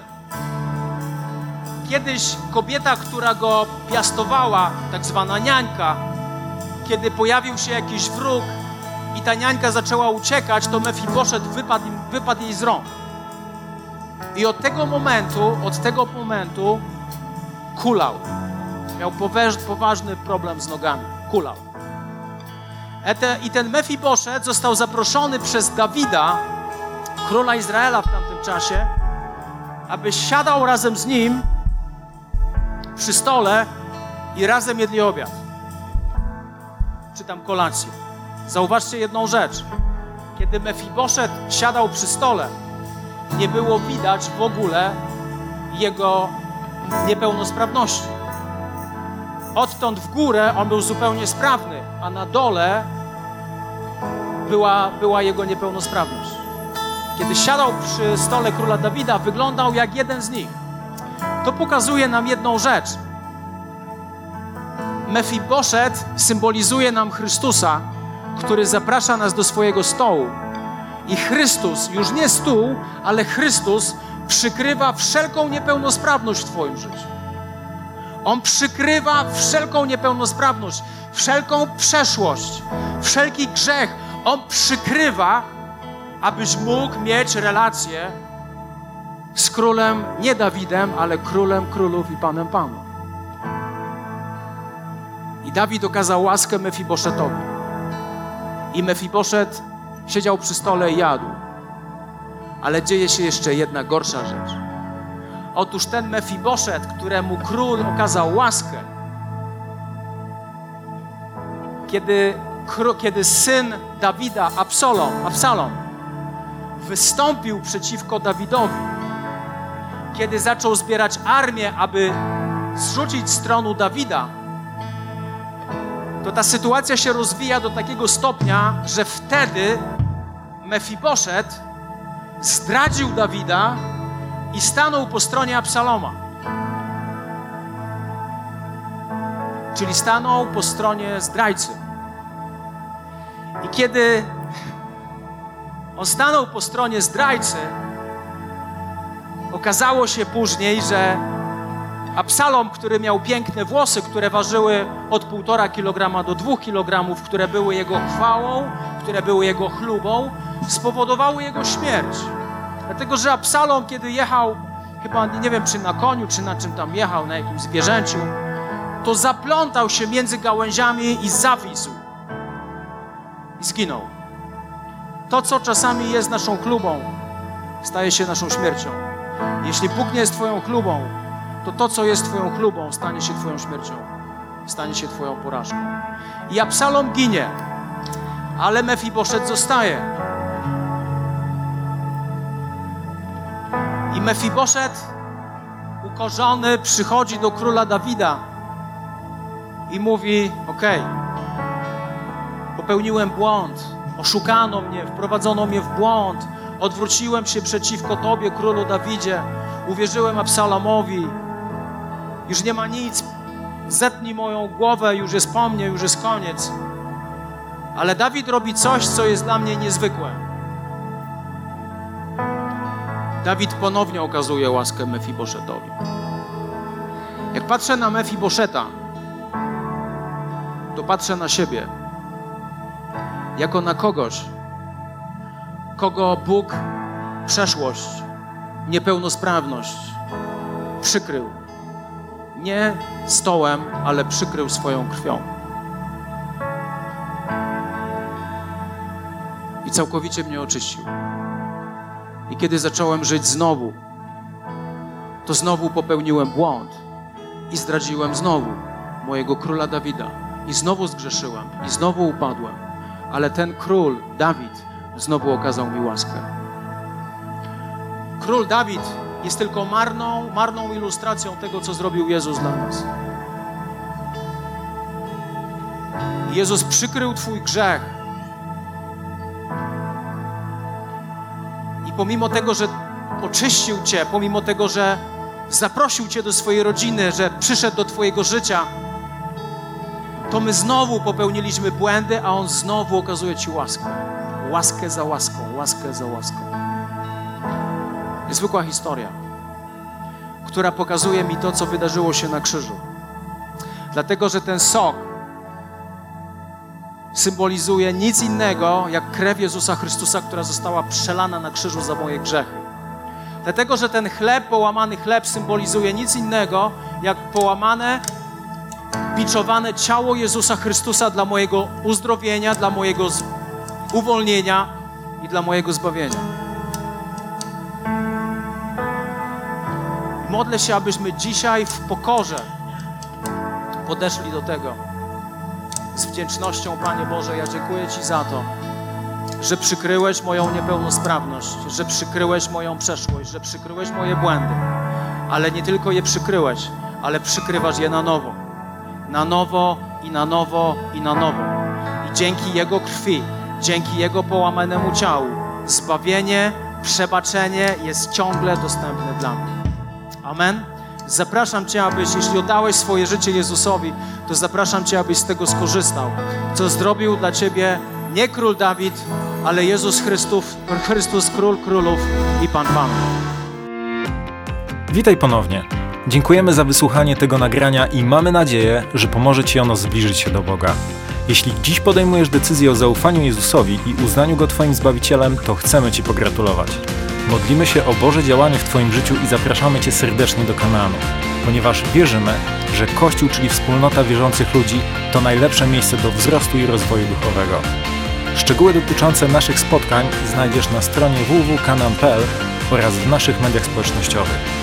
B: Kiedyś kobieta, która go piastowała, tak zwana niańka, kiedy pojawił się jakiś wróg i ta niańka zaczęła uciekać, to Mefiboszet wypadł, wypadł jej z rąk. I od tego momentu, od tego momentu kulał. Miał poważny problem z nogami. Kulał. I ten Mefiboszet został zaproszony przez Dawida, króla Izraela w tamtym czasie, aby siadał razem z nim przy stole i razem jedli obiad. Czy tam kolację. Zauważcie jedną rzecz. Kiedy Mefiboszet siadał przy stole, nie było widać w ogóle jego niepełnosprawności. Odtąd w górę on był zupełnie sprawny, a na dole była, była jego niepełnosprawność. Kiedy siadał przy stole króla Dawida, wyglądał jak jeden z nich. To pokazuje nam jedną rzecz. Mefiboszet symbolizuje nam Chrystusa, który zaprasza nas do swojego stołu. I Chrystus, już nie stół, ale Chrystus przykrywa wszelką niepełnosprawność w Twoim życiu. On przykrywa wszelką niepełnosprawność, wszelką przeszłość, wszelki grzech. On przykrywa, abyś mógł mieć relację z królem, nie Dawidem, ale królem królów i panem panów. I Dawid okazał łaskę Mefiboszetowi. I Mefiboszet siedział przy stole i jadł. Ale dzieje się jeszcze jedna gorsza rzecz. Otóż ten Mefiboszet, któremu król okazał łaskę, kiedy, kiedy syn Dawida, Absalom, Absalom, wystąpił przeciwko Dawidowi, kiedy zaczął zbierać armię, aby zrzucić z tronu Dawida, to ta sytuacja się rozwija do takiego stopnia, że wtedy Mefiboszet zdradził Dawida i stanął po stronie Absaloma. Czyli stanął po stronie zdrajcy. I kiedy on stanął po stronie zdrajcy, okazało się później, że Absalom, który miał piękne włosy, które ważyły od półtora kilograma do dwóch kilogramów, które były jego chwałą, które były jego chlubą, spowodowały jego śmierć. Dlatego, że Absalom, kiedy jechał, chyba nie wiem, czy na koniu, czy na czym tam jechał, na jakimś zwierzęciu, to zaplątał się między gałęziami i zawisł. I zginął. To, co czasami jest naszą chlubą, staje się naszą śmiercią. Jeśli Bóg nie jest twoją chlubą, to to, co jest twoją chlubą, stanie się twoją śmiercią. Stanie się twoją porażką. I Absalom ginie, ale Mefiboszet zostaje. I Mefiboszet ukorzony przychodzi do króla Dawida i mówi: okej, popełniłem błąd, oszukano mnie, wprowadzono mnie w błąd, odwróciłem się przeciwko Tobie, królu Dawidzie, uwierzyłem Absalomowi, już nie ma nic, zetnij moją głowę, już jest po mnie, już jest koniec. Ale Dawid robi coś, co jest dla mnie niezwykłe. Dawid ponownie okazuje łaskę Mefiboszetowi. Jak patrzę na Mefiboszeta, to patrzę na siebie jako na kogoś, kogo Bóg przeszłość, niepełnosprawność przykrył. Nie stołem, ale przykrył swoją krwią. I całkowicie mnie oczyścił. I kiedy zacząłem żyć znowu, to znowu popełniłem błąd i zdradziłem znowu mojego króla Dawida. I znowu zgrzeszyłem i znowu upadłem. Ale ten król, Dawid, znowu okazał mi łaskę. Król Dawid jest tylko marną, marną ilustracją tego, co zrobił Jezus dla nas. Jezus przykrył twój grzech. I pomimo tego, że oczyścił cię, pomimo tego, że zaprosił cię do swojej rodziny, że przyszedł do twojego życia, to my znowu popełniliśmy błędy, a On znowu okazuje ci łaskę. Łaskę za łaską, łaskę za łaską. Niezwykła historia, która pokazuje mi to, co wydarzyło się na krzyżu. Dlatego, że ten sok symbolizuje nic innego, jak krew Jezusa Chrystusa, która została przelana na krzyżu za moje grzechy. Dlatego, że ten chleb, połamany chleb symbolizuje nic innego, jak połamane, biczowane ciało Jezusa Chrystusa dla mojego uzdrowienia, dla mojego uwolnienia i dla mojego zbawienia. Modlę się, abyśmy dzisiaj w pokorze podeszli do tego. Z wdzięcznością, Panie Boże, ja dziękuję Ci za to, że przykryłeś moją niepełnosprawność, że przykryłeś moją przeszłość, że przykryłeś moje błędy. Ale nie tylko je przykryłeś, ale przykrywasz je na nowo. Na nowo i na nowo i na nowo. I dzięki Jego krwi, dzięki Jego połamanemu ciału, zbawienie, przebaczenie jest ciągle dostępne dla mnie. Amen. Zapraszam Cię, abyś, jeśli oddałeś swoje życie Jezusowi, to zapraszam Cię, abyś z tego skorzystał. Co zrobił dla Ciebie nie król Dawid, ale Jezus Chrystus, Chrystus, Król Królów i Pan Panów.
A: Witaj ponownie. Dziękujemy za wysłuchanie tego nagrania i mamy nadzieję, że pomoże Ci ono zbliżyć się do Boga. Jeśli dziś podejmujesz decyzję o zaufaniu Jezusowi i uznaniu Go Twoim Zbawicielem, to chcemy Ci pogratulować. Modlimy się o Boże działanie w Twoim życiu i zapraszamy Cię serdecznie do Kanaanu, ponieważ wierzymy, że Kościół, czyli wspólnota wierzących ludzi, to najlepsze miejsce do wzrostu i rozwoju duchowego. Szczegóły dotyczące naszych spotkań znajdziesz na stronie w w w kropka kanam kropka p l oraz w naszych mediach społecznościowych.